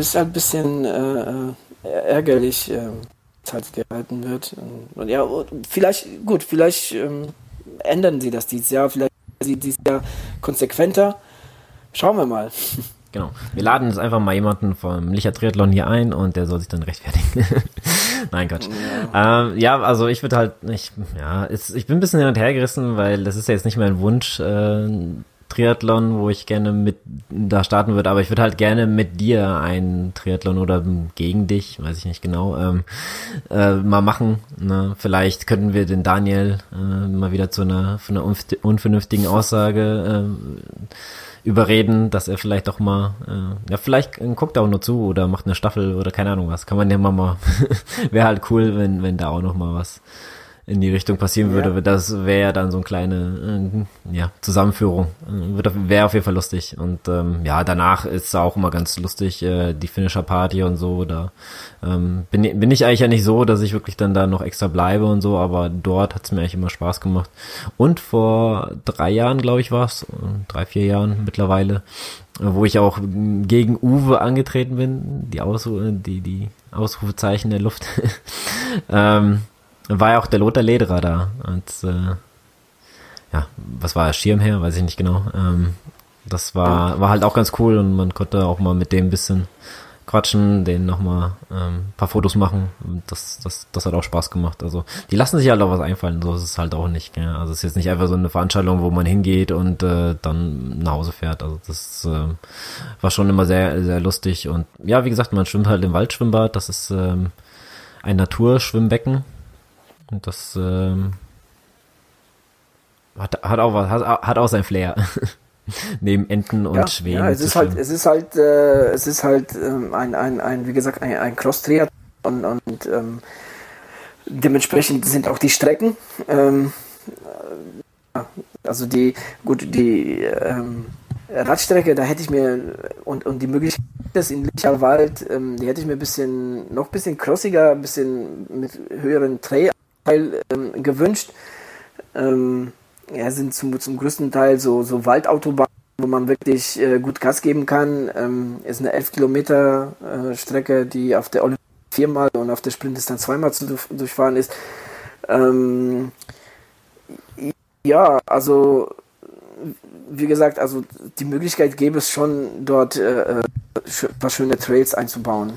ärgerlich, dass halt gehalten wird. Und ja, vielleicht ändern sie das dieses Jahr, vielleicht sind sie dieses Jahr konsequenter. Schauen wir mal. Genau. Wir laden jetzt einfach mal jemanden vom Licher Triathlon hier ein und der soll sich dann rechtfertigen. Nein, Quatsch. Ja, also ich würde halt nicht, ich bin ein bisschen hin und her gerissen, weil das ist ja jetzt nicht mein Wunsch, Triathlon, wo ich gerne mit da starten würde, aber ich würde halt gerne mit dir einen Triathlon oder gegen dich, weiß ich nicht genau, mal machen. Ne? Vielleicht könnten wir den Daniel mal wieder von einer unvernünftigen Aussage überreden, dass er vielleicht doch mal, vielleicht guckt er auch nur zu oder macht eine Staffel oder keine Ahnung was. Kann man ja mal wäre halt cool, wenn da auch noch mal was in die Richtung passieren würde. Das wäre ja dann so eine kleine Zusammenführung. Wäre auf jeden Fall lustig. Und danach ist es auch immer ganz lustig, die Finisher-Party und so. Da bin ich eigentlich ja nicht so, dass ich wirklich dann da noch extra bleibe und so, aber dort hat es mir eigentlich immer Spaß gemacht. Und vor 3 Jahren, glaube ich, war es, 3-4 Jahren mittlerweile, wo ich auch gegen Uwe angetreten bin, die Ausrufezeichen der Luft. War ja auch der Lothar Lederer da als, was war er, Schirmherr, weiß ich nicht genau. Das war halt auch ganz cool und man konnte auch mal mit dem ein bisschen quatschen, denen nochmal ein paar Fotos machen. Das hat auch Spaß gemacht. Also die lassen sich halt auch was einfallen, so ist es halt auch nicht. Gell? Also es ist jetzt nicht einfach so eine Veranstaltung, wo man hingeht und dann nach Hause fährt. Also das war schon immer sehr, sehr lustig. Und ja, wie gesagt, man schwimmt halt im Waldschwimmbad. Das ist ein Naturschwimmbecken. Und das hat auch sein Flair. Neben Enten und Schwänen. Ja, es ist halt ein wie gesagt, ein Cross-Triathlon und dementsprechend sind auch die Strecken, also die Radstrecke, da hätte ich mir und die Möglichkeit, das in Licherwald, die hätte ich mir noch ein bisschen crossiger, ein bisschen mit höheren Trail gewünscht. Sind zum größten Teil so Waldautobahnen, wo man wirklich gut Gas geben kann. Ist eine 11 Kilometer Strecke, die auf der Olymp 4-mal und auf der Sprintdistanz 2-mal zu durchfahren ist. Also wie gesagt, also die Möglichkeit gäbe es schon, dort ein paar schöne Trails einzubauen.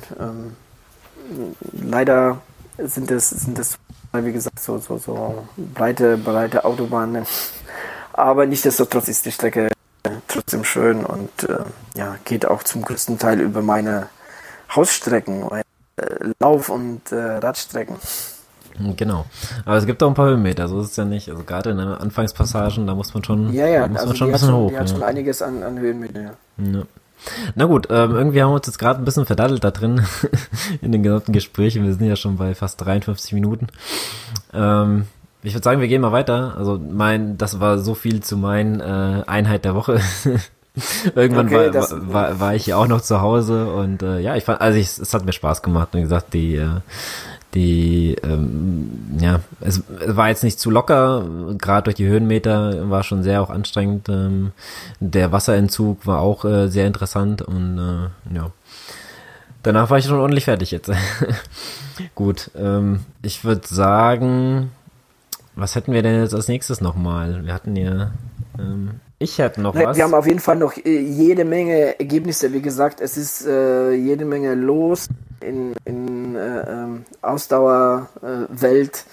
Leider sind das wie gesagt, so breite Autobahnen. Aber nichtsdestotrotz ist die Strecke trotzdem schön und geht auch zum größten Teil über meine Hausstrecken, Lauf- und Radstrecken. Genau. Aber es gibt auch ein paar Höhenmeter, so ist es ja nicht. Also gerade in den Anfangspassagen, da muss man schon, man schon ein bisschen hoch. Die hat schon einiges an Höhenmeter. Ja. Na gut, irgendwie haben wir uns jetzt gerade ein bisschen verdattelt da drin in den gesamten Gesprächen. Wir sind ja schon bei fast 53 Minuten. Ich würde sagen, wir gehen mal weiter. Also das war so viel zu meinen Einheit der Woche. Irgendwann war ich ja auch noch zu Hause und es hat mir Spaß gemacht. Wie gesagt, es war jetzt nicht zu locker, gerade durch die Höhenmeter war schon sehr auch anstrengend. Der Wasserentzug war auch sehr interessant und danach war ich schon ordentlich fertig jetzt. Gut, ich würde sagen, was hätten wir denn jetzt als nächstes nochmal? Wir hatten ja, ich hätte noch was. Wir haben auf jeden Fall noch jede Menge Ergebnisse. Wie gesagt, es ist jede Menge los in Ausdauerwelt.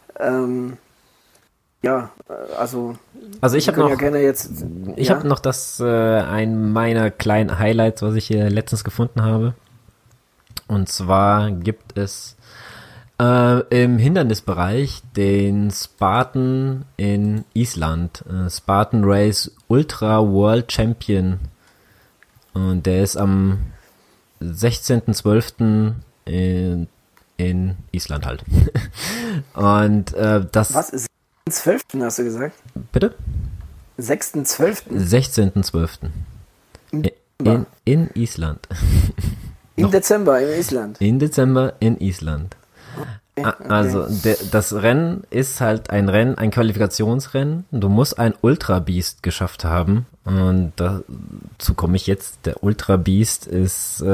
Also ich habe noch, habe noch ein meiner kleinen Highlights, was ich hier letztens gefunden habe. Und zwar gibt es im Hindernisbereich den Spartan in Island, Spartan Race Ultra World Champion. Und der ist am 16.12. in Island halt. Und das... Was? 6.12. hast du gesagt? Bitte? 6.12. 16.12. In Island. Im Dezember in Island. In Dezember in Island. Okay. Also das Rennen ist halt ein Qualifikationsrennen. Du musst ein Ultra Beast geschafft haben. Und dazu komme ich jetzt. Der Ultra Beast ist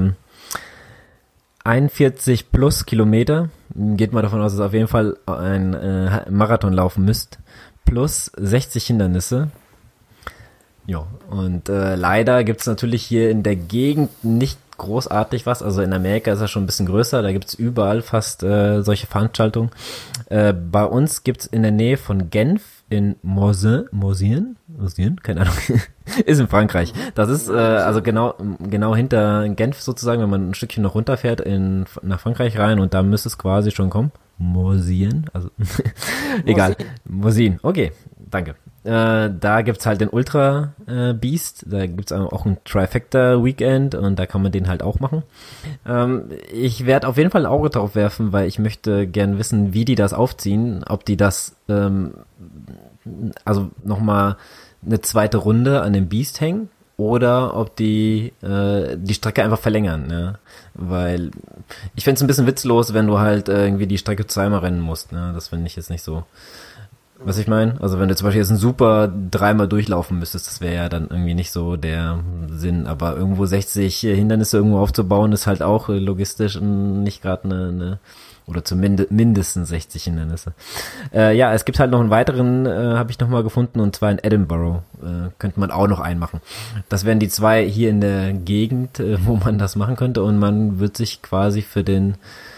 41 plus Kilometer. Geht mal davon aus, dass ihr auf jeden Fall ein Marathon laufen müsst. Plus 60 Hindernisse. Ja, und leider gibt's natürlich hier in der Gegend nicht großartig was. Also in Amerika ist er schon ein bisschen größer, da gibt's überall fast solche Veranstaltungen. Bei uns gibt's in der Nähe von Genf in Morsien, keine Ahnung, ist in Frankreich. Das ist also genau hinter Genf sozusagen, wenn man ein Stückchen noch runterfährt nach Frankreich rein, und da müsste es quasi schon kommen. Morsien, also egal, Morsien, okay, danke. Da gibt's halt den Ultra Beast, da gibt's auch ein Trifecta Weekend und da kann man den halt auch machen. Ich werde auf jeden Fall ein Auge drauf werfen, weil ich möchte gern wissen, wie die das aufziehen, ob die das also nochmal eine zweite Runde an dem Beast hängen oder ob die Strecke einfach verlängern, ja, weil ich fände es ein bisschen witzlos, wenn du halt irgendwie die Strecke zweimal rennen musst, ne? Das finde ich jetzt nicht so. Was ich meine? Also wenn du zum Beispiel jetzt ein Super dreimal durchlaufen müsstest, das wäre ja dann irgendwie nicht so der Sinn. Aber irgendwo 60 Hindernisse irgendwo aufzubauen, ist halt auch logistisch nicht gerade eine oder zumindest mindestens 60 Hindernisse. Ja, es gibt halt noch einen weiteren, habe ich noch mal gefunden, und zwar in Edinburgh. Könnte man auch noch einmachen. Das wären die zwei hier in der Gegend, wo man das machen könnte, und man wird sich quasi für den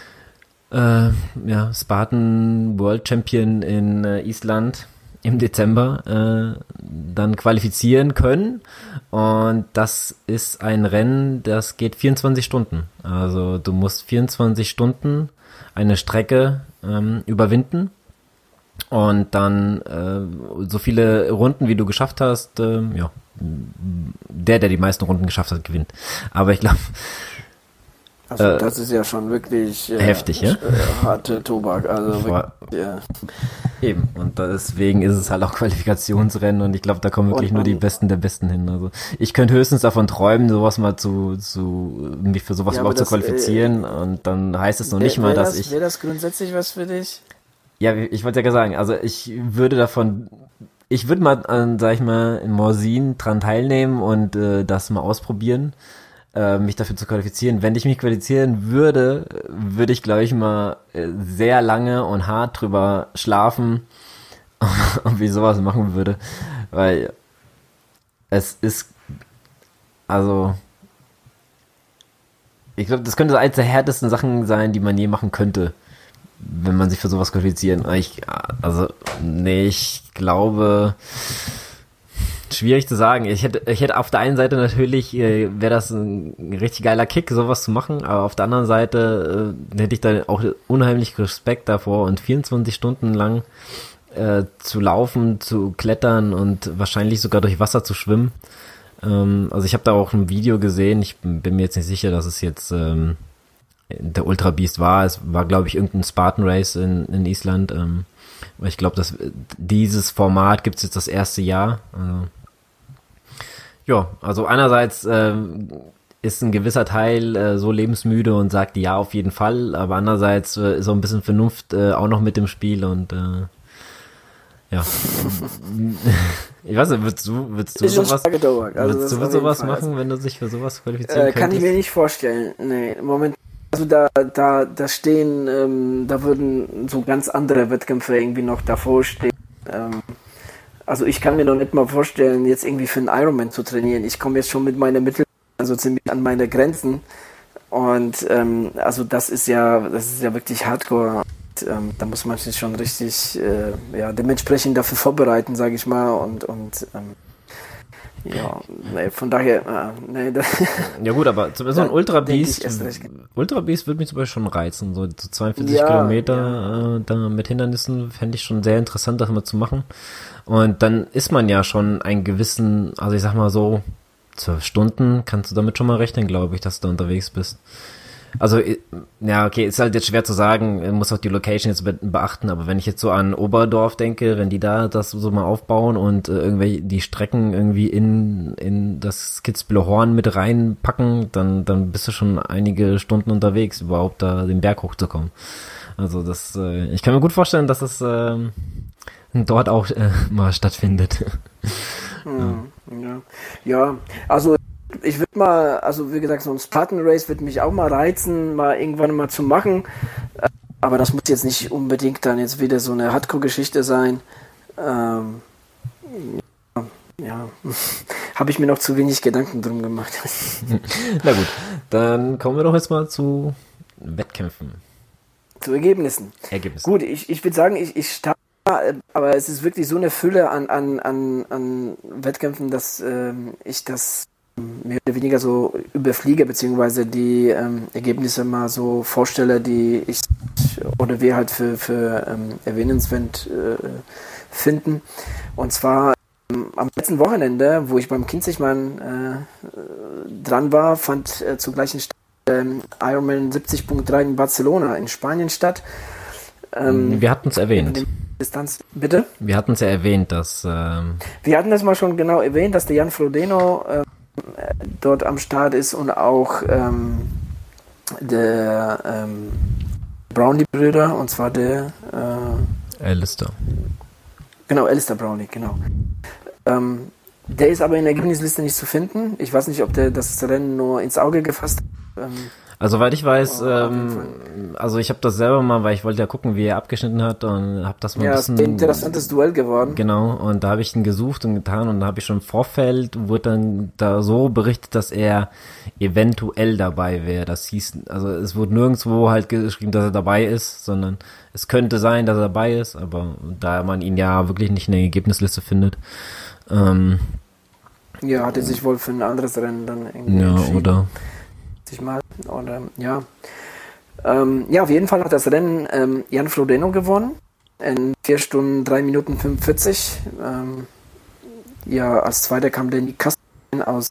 Spartan World Champion in Island im Dezember dann qualifizieren können, und das ist ein Rennen, das geht 24 Stunden. Also du musst 24 Stunden eine Strecke überwinden und dann so viele Runden, wie du geschafft hast, der die meisten Runden geschafft hat, gewinnt. Aber ich glaube, also das ist ja schon wirklich heftig, ja? Harte Tobak. Also wirklich, eben. Und deswegen ist es halt auch Qualifikationsrennen, und ich glaube, da kommen wirklich nur die Besten der Besten hin. Also ich könnte höchstens davon träumen, sowas mal mich für sowas überhaupt zu qualifizieren, und dann heißt es noch nicht mal, dass ich... Wäre das grundsätzlich was für dich? Ja, ich wollte ja sagen, also ich würde mal sag ich mal, in Morsien dran teilnehmen und das mal ausprobieren, mich dafür zu qualifizieren. Wenn ich mich qualifizieren würde, würde ich, glaube ich, mal sehr lange und hart drüber schlafen, ob ich sowas machen würde, weil es ist, also ich glaube, das könnte eines der härtesten Sachen sein, die man je machen könnte, wenn man sich für sowas qualifizieren. Ich glaube, schwierig zu sagen. Ich hätte auf der einen Seite natürlich, wäre das ein richtig geiler Kick, sowas zu machen, aber auf der anderen Seite hätte ich da auch unheimlich Respekt davor, und 24 Stunden lang zu laufen, zu klettern und wahrscheinlich sogar durch Wasser zu schwimmen. Also ich habe da auch ein Video gesehen, ich bin mir jetzt nicht sicher, dass es jetzt der Ultra Beast war. Es war, glaube ich, irgendein Spartan Race in Island. Ich glaube, dass dieses Format gibt es jetzt das erste Jahr. Also einerseits ist ein gewisser Teil so lebensmüde und sagt ja auf jeden Fall, aber andererseits ist so ein bisschen Vernunft auch noch mit dem Spiel, und ich weiß nicht, würdest du sowas machen, wenn du dich für sowas qualifizieren könntest? Kann ich mir nicht vorstellen. Nee, Moment. Also da stehen, da würden so ganz andere Wettkämpfe irgendwie noch davor stehen. Also ich kann mir noch nicht mal vorstellen, jetzt irgendwie für einen Ironman zu trainieren. Ich komme jetzt schon mit meinen Mitteln also ziemlich an meine Grenzen. Und also das ist ja wirklich Hardcore. Und, da muss man sich schon richtig dementsprechend dafür vorbereiten, sage ich mal. Und von daher, Ja gut, aber so ein Ultra Beast würde mich zum Beispiel schon reizen, so 42 Kilometer da mit Hindernissen fände ich schon sehr interessant, das mal zu machen. Und dann ist man ja schon einen gewissen, also ich sag mal so, 12 Stunden kannst du damit schon mal rechnen, glaube ich, dass du da unterwegs bist. Also, ja, okay, ist halt jetzt schwer zu sagen, muss auch die Location jetzt beachten, aber wenn ich jetzt so an Oberdorf denke, wenn die da das so mal aufbauen und irgendwelche die Strecken irgendwie in das Kitzbüheler Horn mit reinpacken, dann bist du schon einige Stunden unterwegs, überhaupt da den Berg hochzukommen. Also das, ich kann mir gut vorstellen, dass es dort auch mal stattfindet. Ja, also ich würde mal, also wie gesagt, so ein Spartan Race würde mich auch mal reizen, mal irgendwann mal zu machen. Aber das muss jetzt nicht unbedingt dann jetzt wieder so eine Hardcore-Geschichte sein. Ja, habe ich mir noch zu wenig Gedanken drum gemacht. Na gut, dann kommen wir doch jetzt mal zu Wettkämpfen. Zu Ergebnissen. Gut, ich würde sagen, ich starte, aber es ist wirklich so eine Fülle an Wettkämpfen, dass ich das mehr oder weniger so überfliege, beziehungsweise die Ergebnisse mal so vorstelle, die ich oder wir halt für erwähnenswert finden. Und zwar am letzten Wochenende, wo ich beim Kinzigmann dran war, fand zur gleichen Zeit Ironman 70.3 in Barcelona in Spanien statt. Wir hatten es erwähnt. Distanz, bitte? Wir hatten es ja erwähnt, dass... Wir hatten das mal schon genau erwähnt, dass der Jan Frodeno dort am Start ist und auch der Brownlee-Brüder, und zwar der Alistair. Genau, Alistair Brownlee, genau. Der ist aber in der Ergebnisliste nicht zu finden. Ich weiß nicht, ob der das Rennen nur ins Auge gefasst hat. Also, weil ich weiß, also ich habe das selber mal, weil ich wollte ja gucken, wie er abgeschnitten hat und habe das mal ein bisschen... Ja, ist ein interessantes Duell geworden. Genau, und da habe ich ihn gesucht und getan und da habe ich schon im Vorfeld, wurde dann da so berichtet, dass er eventuell dabei wäre. Das hieß, also es wurde nirgendwo halt geschrieben, dass er dabei ist, sondern es könnte sein, dass er dabei ist, aber da man ihn ja wirklich nicht in der Ergebnisliste findet. Ja, hat er sich wohl für ein anderes Rennen dann irgendwie entschieden. Oder ja. Ja, auf jeden Fall hat das Rennen Jan Frodeno gewonnen. In 4 Stunden 3 Minuten 45. Ja, als Zweiter kam Danny Castellan aus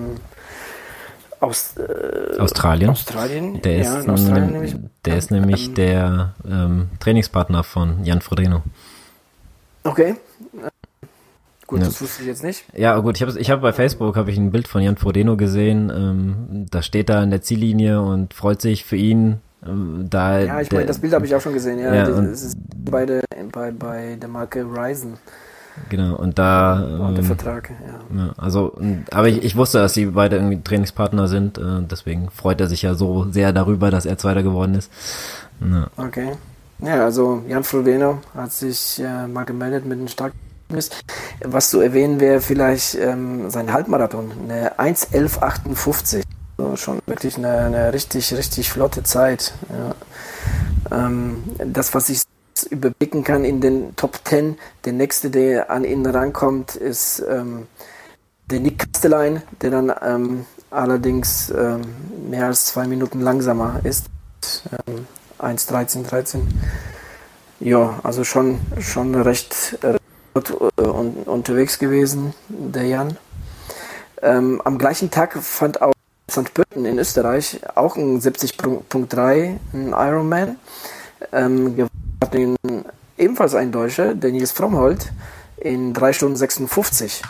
Australien. Der ist, ja, in Australien nämlich. Der ist nämlich der Trainingspartner von Jan Frodeno. Okay. Gut, das wusste ich jetzt nicht. Ja, gut, ich hab bei Facebook habe ich ein Bild von Jan Frodeno gesehen. Da steht er an der Ziellinie und freut sich für ihn. Ja, ich meine, das Bild habe ich auch schon gesehen. Ja, das ist bei der Marke Ryzen. Genau, und da... der Vertrag, ja. Also, aber ich wusste, dass sie beide irgendwie Trainingspartner sind. Deswegen freut er sich ja so sehr darüber, dass er Zweiter geworden ist. Ja. Okay. Ja, also Jan Frodeno hat sich mal gemeldet mit einem starken. Was zu erwähnen wäre vielleicht sein Halbmarathon, eine 1:11:58, also schon wirklich eine richtig, richtig flotte Zeit. Ja. Das, was ich überblicken kann in den Top 10, der nächste, der an ihn rankommt, ist der Nick Castellan, der dann allerdings mehr als 2 Minuten langsamer ist, 1:13:13. Ja, also schon recht unterwegs gewesen, der Jan. Am gleichen Tag fand auch St. Pölten in Österreich auch ein 70.3, ein Ironman. Hat den ebenfalls ein Deutscher, der Nils Frommholt, in 3 Stunden 56.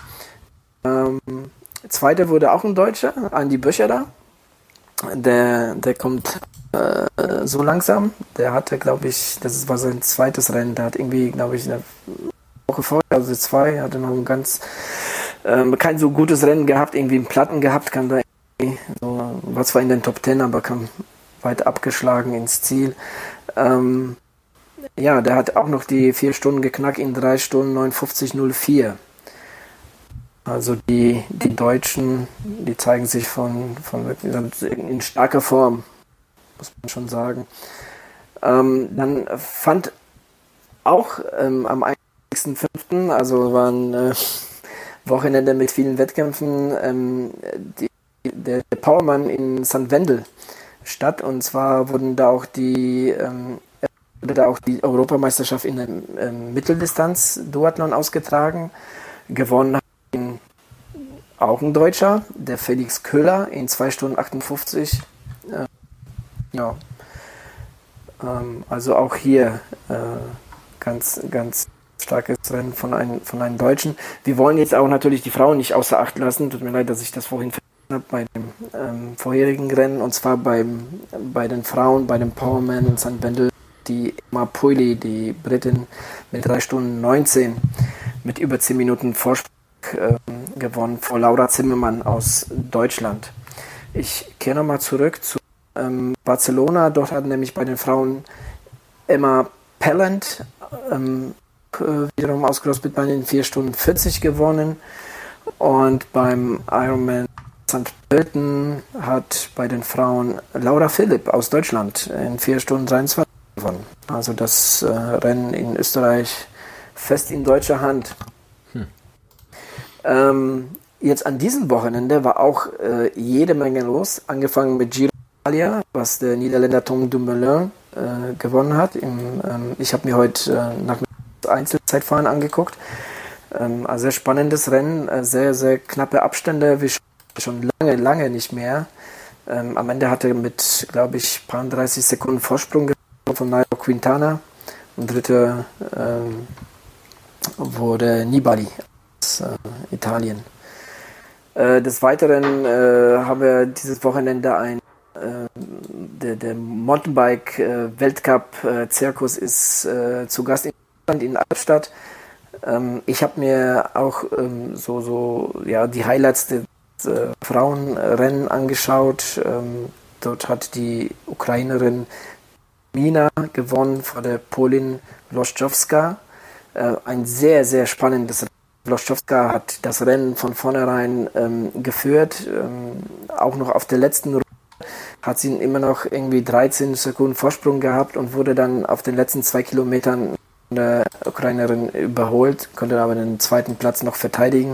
Zweiter wurde auch ein Deutscher, Andi Böcherer. Der kommt so langsam. Der hatte, glaube ich, das war sein zweites Rennen. Der hat irgendwie, glaube ich, eine Woche vorher, also 2, hatte noch ein ganz kein so gutes Rennen gehabt, irgendwie einen Platten gehabt, kam da so, war zwar in den Top 10, aber kam weit abgeschlagen ins Ziel. Ja, der hat auch noch die 4 Stunden geknackt in 3 Stunden 59:04. Also die Deutschen, die zeigen sich von in starker Form, muss man schon sagen. Dann fand auch am 1.5., also war ein Wochenende mit vielen Wettkämpfen, der Powerman in St. Wendel statt, und zwar wurden da auch die Europameisterschaft in der Mitteldistanz Duathlon ausgetragen. Gewonnen hat auch ein Deutscher, der Felix Köhler in 2 Stunden 58. Ja, also auch hier ganz, ganz starkes Rennen von einem Deutschen. Wir wollen jetzt auch natürlich die Frauen nicht außer Acht lassen. Tut mir leid, dass ich das vorhin vergessen habe bei dem vorherigen Rennen. Und zwar bei den Frauen, bei dem Powerman in St. Wendel, die Emma Puili, die Britin, mit 3 Stunden 19 mit über 10 Minuten Vorsprung gewonnen vor Laura Zimmermann aus Deutschland. Ich kehre nochmal zurück zu Barcelona. Dort hat nämlich bei den Frauen Emma Pellant wiederum aus Großbritannien 4 Stunden 40 gewonnen. Und beim Ironman St. Pölten hat bei den Frauen Laura Philipp aus Deutschland in 4 Stunden 23 gewonnen. Also das Rennen in Österreich fest in deutscher Hand. Jetzt an diesem Wochenende war auch jede Menge los, angefangen mit Giro d'Italia, was der Niederländer Tom Dumoulin gewonnen hat. Ich habe mir heute nach Einzelzeitfahren angeguckt. Also sehr spannendes Rennen, sehr, sehr knappe Abstände, wie schon lange, lange nicht mehr. Am Ende hatte er mit, glaube ich, paar 30 Sekunden Vorsprung von Nairo Quintana und dritter wurde Nibali aus Italien. Des Weiteren haben wir dieses Wochenende der Mountainbike-Weltcup-Zirkus ist zu Gast in Deutschland, in Albstadt. Ich habe mir auch die Highlights des Frauenrennen angeschaut. Dort hat die Ukrainerin Mina gewonnen vor der Polin Włoszczowska. Ein sehr, sehr spannendes Rennen. Włoszczowska hat das Rennen von vornherein geführt. Auch noch auf der letzten Runde hat sie immer noch irgendwie 13 Sekunden Vorsprung gehabt und wurde dann auf den letzten 2 Kilometern von der Ukrainerin überholt, konnte aber den zweiten Platz noch verteidigen.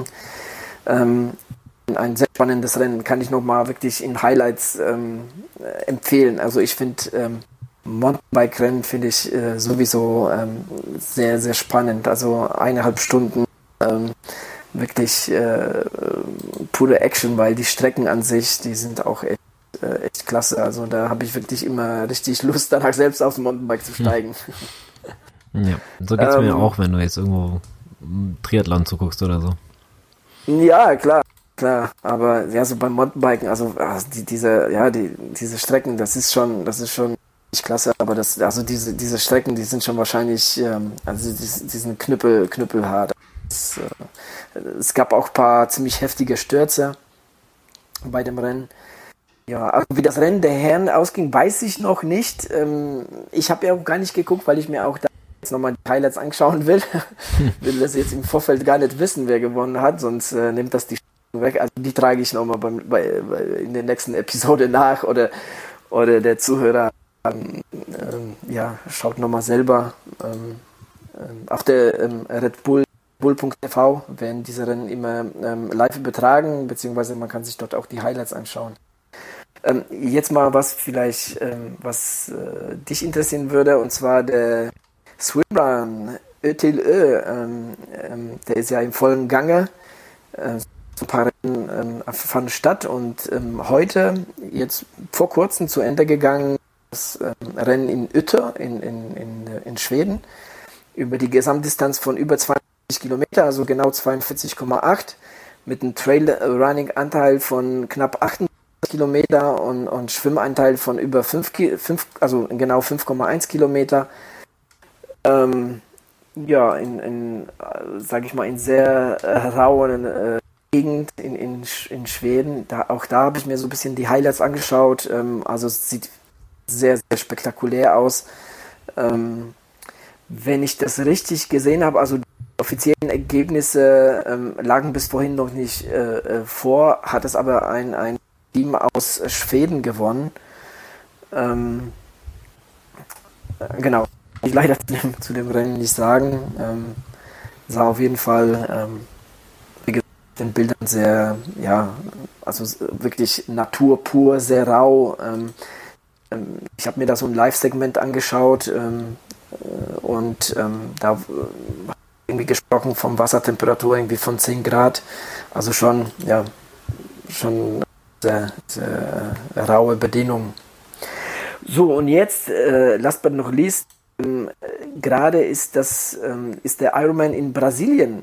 Ein sehr spannendes Rennen, kann ich nochmal wirklich in Highlights empfehlen. Also ich finde Mountainbike-Rennen finde ich sowieso sehr, sehr spannend. Also 1,5 Stunden wirklich pure Action, weil die Strecken an sich, die sind auch echt klasse. Also da habe ich wirklich immer richtig Lust, danach selbst aufs Mountainbike zu steigen. Ja, so geht's mir auch, wenn du jetzt irgendwo Triathlon zuguckst oder so. Ja, klar. Aber ja, so beim Mountainbiken, diese Strecken, das ist schon nicht klasse, aber diese Strecken, die sind schon wahrscheinlich, die sind knüppelhart. Es gab auch ein paar ziemlich heftige Stürze bei dem Rennen. Ja, also wie das Rennen der Herren ausging, weiß ich noch nicht. Ich habe ja auch gar nicht geguckt, weil ich mir auch da jetzt nochmal die Highlights anschauen will. Will das jetzt im Vorfeld gar nicht wissen, wer gewonnen hat, sonst nimmt das die weg. Also die trage ich nochmal in der nächsten Episode nach oder der Zuhörer schaut nochmal selber. Auf der Red Bull.tv werden diese Rennen immer live übertragen, beziehungsweise man kann sich dort auch die Highlights anschauen. Jetzt mal was vielleicht, was dich interessieren würde, und zwar der Swimrun ÖTLÖ, der ist ja im vollen Gange. Ein paar Rennen fanden statt und heute, jetzt vor kurzem zu Ende gegangen, das Rennen in Utter in Schweden über die Gesamtdistanz von über 42 Kilometer, also genau 42,8 mit einem Trail-Running-Anteil von knapp 38 Kilometer und Schwimmanteil von über 5, also genau 5,1 Kilometer. Sage ich mal, in sehr rauen Gegend in Schweden. Auch da habe ich mir so ein bisschen die Highlights angeschaut. Also es sieht sehr, sehr spektakulär aus. Wenn ich das richtig gesehen habe, also die offiziellen Ergebnisse lagen bis vorhin noch nicht vor, hat es aber ein Team aus Schweden gewonnen. Genau, ich leider zu dem Rennen nicht sagen. Sah auf jeden Fall wie gesagt, den Bildern sehr, also wirklich Natur pur, sehr rau. Ich habe mir da so ein Live-Segment angeschaut und da irgendwie gesprochen von Wassertemperatur irgendwie von 10 Grad. Also schon sehr, sehr raue Bedingungen. So, und jetzt, last but not least, gerade ist der Ironman in Brasilien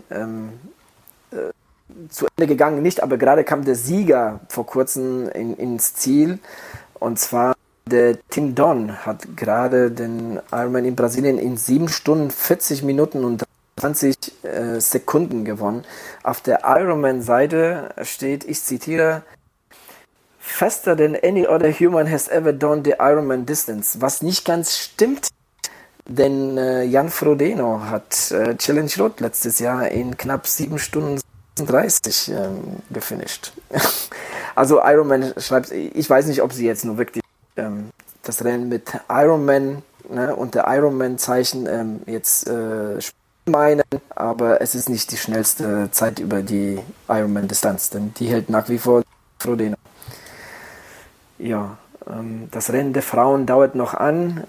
zu Ende gegangen, nicht, aber gerade kam der Sieger vor kurzem ins Ziel, und zwar der Tim Don hat gerade den Ironman in Brasilien in 7 Stunden 40 Minuten und 20 Sekunden gewonnen. Auf der Ironman-Seite steht, ich zitiere, faster than any other human has ever done the Ironman distance, was nicht ganz stimmt, denn Jan Frodeno hat Challenge Roth letztes Jahr in knapp 7 Stunden 30 gefinisht. Also Ironman schreibt, ich weiß nicht, ob sie jetzt nur wirklich das Rennen mit Ironman, ne, und der Ironman-Zeichen jetzt meinen, aber es ist nicht die schnellste Zeit über die Ironman-Distanz, denn die hält nach wie vor Frodeno. Ja, das Rennen der Frauen dauert noch an.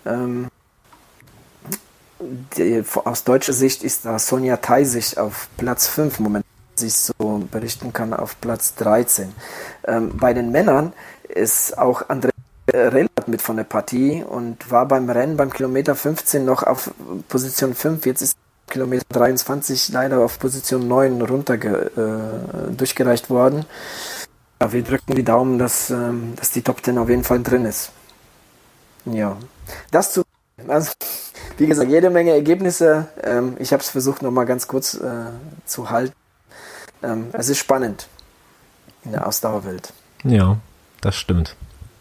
Aus deutscher Sicht ist da Sonja Theisig auf Platz 5 momentan, was ich so berichten kann, auf Platz 13. Bei den Männern ist auch André Relat mit von der Partie und war beim Rennen beim Kilometer 15 noch auf Position 5. Jetzt ist Kilometer 23 leider auf Position 9 durchgereicht worden. Ja, wir drücken die Daumen, dass die Top 10 auf jeden Fall drin ist. Ja, also, wie gesagt, jede Menge Ergebnisse. Ich habe es versucht, nochmal ganz kurz zu halten. Es ist spannend in der Ausdauerwelt. Ja, das stimmt.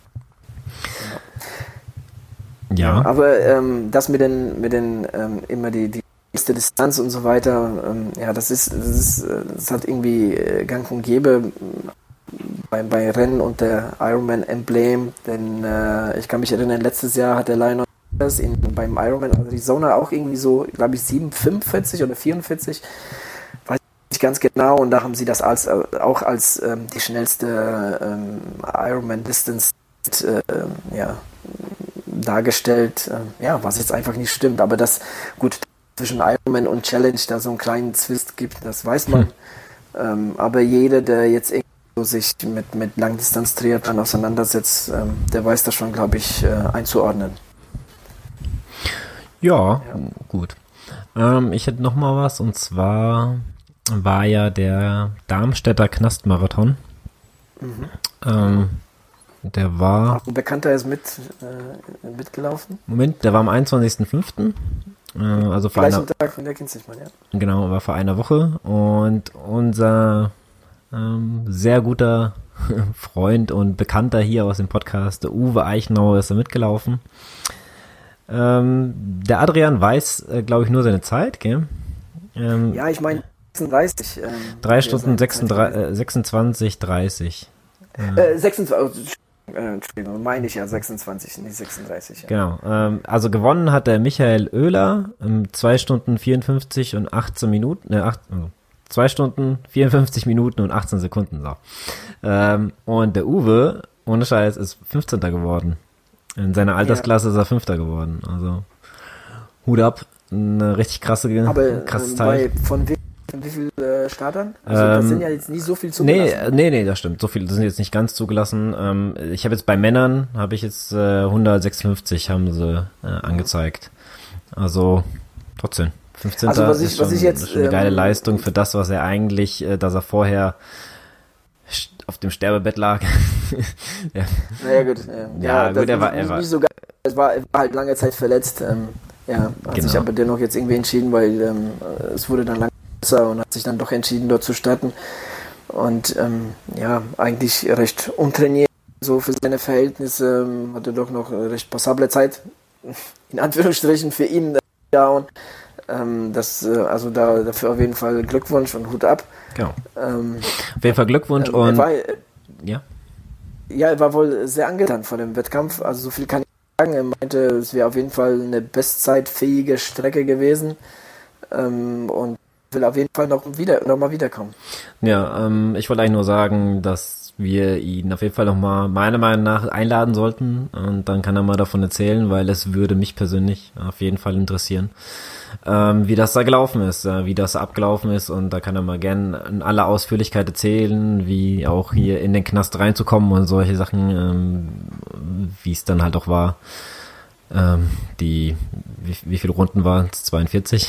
Ja. Aber das mit den immer die nächste Distanz und so weiter, ja, das hat irgendwie gang und gäbe bei Rennen und der Ironman-Emblem, denn ich kann mich erinnern, letztes Jahr hat der Lionel beim Ironman Arizona auch irgendwie so, glaube ich, 7,45 oder 44, weiß ich nicht ganz genau, und da haben sie das auch als die schnellste Ironman-Distance dargestellt, was jetzt einfach nicht stimmt, aber das, gut, zwischen Ironman und Challenge da so einen kleinen Zwist gibt, das weiß man, aber jeder, der jetzt irgendwie so sich mit Langdistanz-Triathlon auseinandersetzt, der weiß das schon, glaube ich, einzuordnen. Ja, gut. Ich hätte noch mal was, und zwar war ja der Darmstädter Knastmarathon. Der war... Auch ein Bekannter ist mitgelaufen? Moment, der war am 21.05. Also vor gleichen Tag von der Kinzigmann, ja. Genau, war vor einer Woche, und unser sehr guter Freund und Bekannter hier aus dem Podcast, der Uwe Eichenauer, ist da mitgelaufen. Der Adrian weiß, glaube ich, nur seine Zeit, gell? Ja, ich meine 36. 3 Stunden 26, 30. 26, Entschuldigung, meine ich ja 26, nicht 36. Ja. Genau. Also gewonnen hat der Michael Oehler 2 Stunden 54 und 18 Minuten, 2 Stunden 54 Minuten und 18 Sekunden. So. Und der Uwe, ohne Scheiß, ist 15. geworden. In seiner Altersklasse ist er 5. geworden. Also Hut ab, eine richtig krasse Zeit. Von wie viel Startern? Also das sind ja jetzt nicht so viel zugelassen. Nee, das stimmt. So viel, das sind jetzt nicht ganz zugelassen. Ich habe jetzt bei Männern, 156 haben sie angezeigt. Also trotzdem. 15. Also was ist schon eine geile Leistung für das, was er eigentlich, dass er vorher auf dem Sterbebett lag. Ja. Naja, gut. Gut, er war nicht so geil. Er war halt lange Zeit verletzt. Hat sich aber dennoch jetzt irgendwie entschieden, weil es wurde dann lang besser und hat sich dann doch entschieden, dort zu starten. Und eigentlich recht untrainiert, so für seine Verhältnisse, hatte doch noch recht passable Zeit, in Anführungsstrichen, für ihn. Dafür auf jeden Fall Glückwunsch und Hut ab. Genau. Auf jeden Fall Glückwunsch und er war wohl sehr angetan von dem Wettkampf, also so viel kann ich sagen. Er meinte, es wäre auf jeden Fall eine bestzeitfähige Strecke gewesen, und will auf jeden Fall noch mal wiederkommen. Ja, ich wollte eigentlich nur sagen, dass dass wir ihn auf jeden Fall nochmal meiner Meinung nach einladen sollten und dann kann er mal davon erzählen, weil es würde mich persönlich auf jeden Fall interessieren, wie das da gelaufen ist, wie das abgelaufen ist und da kann er mal gern in aller Ausführlichkeit erzählen, wie auch hier in den Knast reinzukommen und solche Sachen, wie es dann halt auch war. Wie viele Runden waren es? 42?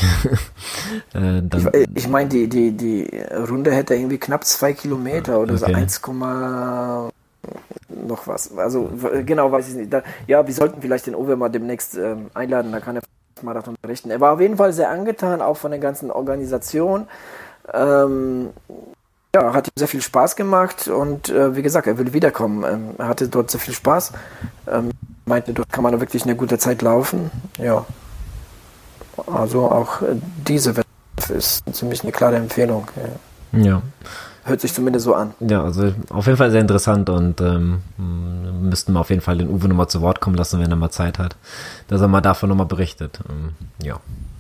Ich meine, die Runde hätte irgendwie knapp 2 Kilometer oder so 1, noch was. Also genau weiß ich nicht. Wir sollten vielleicht den Uwe mal demnächst einladen, da kann er Marathon berichten. Er war auf jeden Fall sehr angetan, auch von der ganzen Organisation. Hat ihm sehr viel Spaß gemacht und wie gesagt, er will wiederkommen. Er hatte dort sehr viel Spaß. Meinte, dort kann man wirklich eine gute Zeit laufen. Ja. Also auch diese Wettbewerb ist ziemlich eine klare Empfehlung. Ja. Hört sich zumindest so an. Ja, also auf jeden Fall sehr interessant und müssten wir auf jeden Fall den Uwe nochmal zu Wort kommen lassen, wenn er mal Zeit hat, dass er mal davon nochmal berichtet. Ja.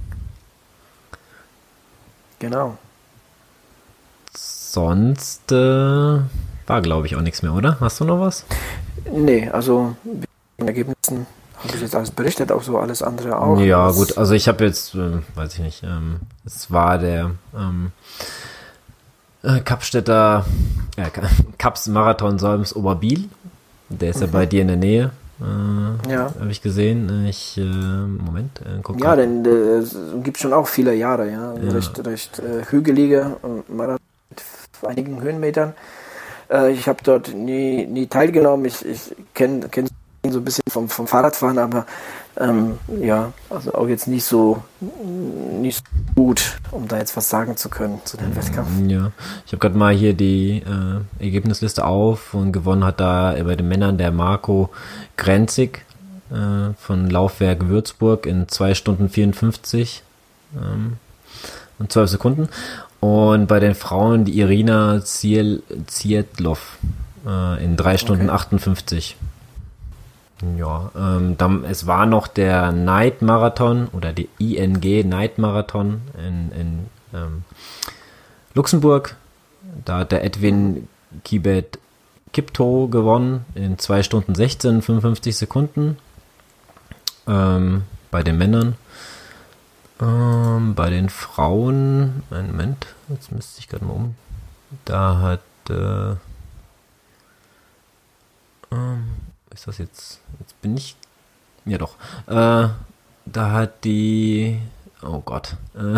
Genau. Sonst war, glaube ich, auch nichts mehr, oder? Hast du noch was? Nee, also mit den Ergebnissen habe ich jetzt alles berichtet, auch so alles andere auch. Ja, gut, also ich habe jetzt, weiß ich nicht, es war der Kapstädter Kaps-Marathon Solms Oberbiel. Der ist ja bei dir in der Nähe. Habe ich gesehen. Moment, guck ja, denn es gibt schon auch viele Jahre, recht hügelige Marathon mit einigen Höhenmetern. Ich habe dort nie teilgenommen. Ich kenne ihn so ein bisschen vom Fahrradfahren, aber also auch jetzt nicht so gut, um da jetzt was sagen zu können zu dem Wettkampf. Ja, ich habe gerade mal hier die Ergebnisliste auf und gewonnen hat da bei den Männern der Marco Grenzig von Laufwerk Würzburg in 2 Stunden 54 und 12 Sekunden. Und bei den Frauen die Irina Zietlow in 3 Stunden 58. Ja, es war noch der Night Marathon oder die ING Night Marathon in Luxemburg. Da hat der Edwin Kibet Kipto gewonnen in 2 Stunden 16, 55 Sekunden. Bei den Männern. Bei den Frauen, einen Moment, jetzt müsste ich gerade mal da hat ist das jetzt bin ich, ja doch, da hat die, oh Gott,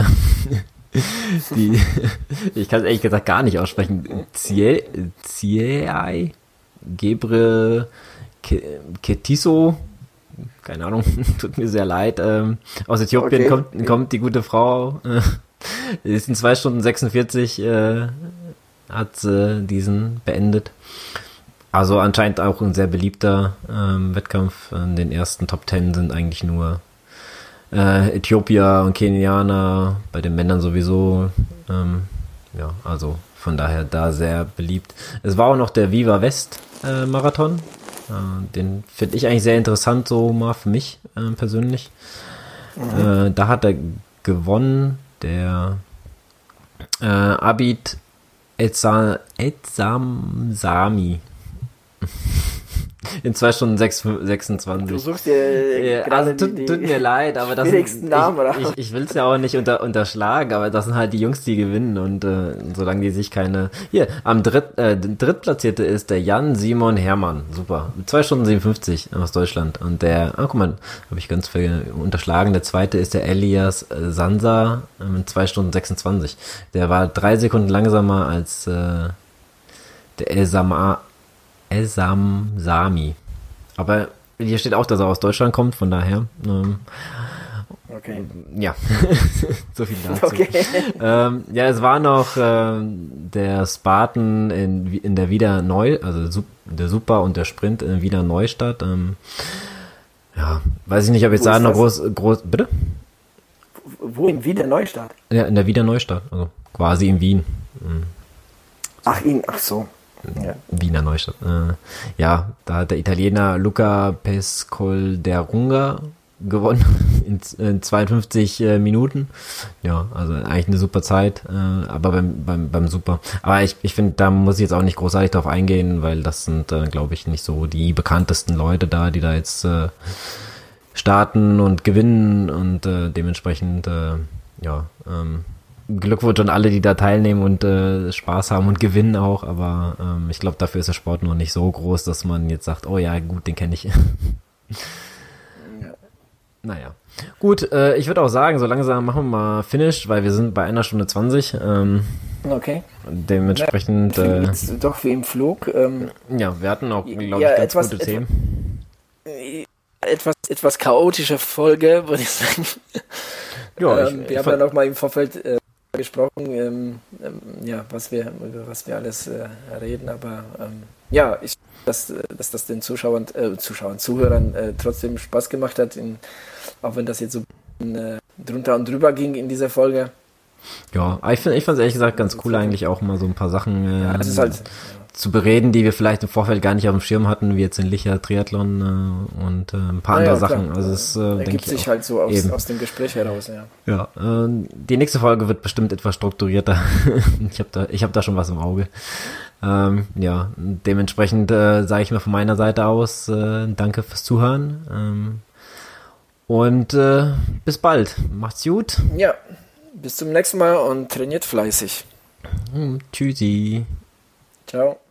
ich kann es ehrlich gesagt gar nicht aussprechen, Ziei Gebre Ketiso, keine Ahnung, tut mir sehr leid, aus Äthiopien kommt die gute Frau, ist in 2 Stunden 46, hat sie diesen beendet. Also anscheinend auch ein sehr beliebter Wettkampf. In den ersten Top 10 sind eigentlich nur Äthiopier und Kenianer, bei den Männern sowieso. Also von daher da sehr beliebt. Es war auch noch der Viva West Marathon. Den finde ich eigentlich sehr interessant, so mal für mich persönlich. Da hat er gewonnen, der Abid Etsamsami. In 2 Stunden 26. Du suchst dir also tut mir leid, aber das sind Namen, oder? Ich will es ja auch nicht unterschlagen, aber das sind halt die Jungs, die gewinnen und solange die sich keine... Hier, am Drittplatzierte ist der Jan Simon Hermann. Super. 2 Stunden 57 aus Deutschland. Und der, guck mal, habe ich ganz unterschlagen. Der zweite ist der Elias Sansa mit 2 Stunden 26. Der war 3 Sekunden langsamer als der Esamsami. Aber hier steht auch, dass er aus Deutschland kommt, von daher. Okay. Ja, so viel dazu. Okay. Es war noch der Spartan in der Wiener also der Super und der Sprint in Wiener Neustadt. Weiß ich nicht, ob ich sagen noch groß, bitte? Wo in Wiener Neustadt? Ja, in der Wiener Neustadt, also quasi in Wien. Ach so. Ja. Wiener Neustadt. Da hat der Italiener Luca Pescolderunga gewonnen in 52 Minuten. Ja, also eigentlich eine super Zeit, aber beim Super. Aber ich finde, da muss ich jetzt auch nicht großartig drauf eingehen, weil das sind, glaube ich, nicht so die bekanntesten Leute da, die da jetzt starten und gewinnen und dementsprechend, Glückwunsch an alle, die da teilnehmen und Spaß haben und gewinnen auch, aber ich glaube, dafür ist der Sport noch nicht so groß, dass man jetzt sagt, oh ja, gut, den kenne ich. Naja. Gut, ich würde auch sagen, so langsam machen wir mal Finish, weil wir sind bei 1 Stunde 20. Okay. Dementsprechend. Jetzt doch wie im Flug. Ja, wir hatten auch, glaube ich, ganz gute Themen. Etwas chaotische Folge, würde ich sagen. Ja, wir haben ja noch mal im Vorfeld gesprochen, über was wir alles reden, aber dass das den Zuhörern trotzdem Spaß gemacht hat, auch wenn das jetzt so drunter und drüber ging in dieser Folge. Ja, ich fand es ehrlich gesagt ganz cool eigentlich auch mal so ein paar Sachen das ist halt, zu bereden, die wir vielleicht im Vorfeld gar nicht auf dem Schirm hatten, wie jetzt den Licher Triathlon und ein paar andere Sachen. Also es ergibt sich halt so aus dem Gespräch heraus, ja. Ja, die nächste Folge wird bestimmt etwas strukturierter. Ich hab da schon was im Auge. Dementsprechend sage ich mal von meiner Seite aus danke fürs Zuhören und bis bald. Macht's gut. Ja, bis zum nächsten Mal und trainiert fleißig. Tschüssi. Ciao.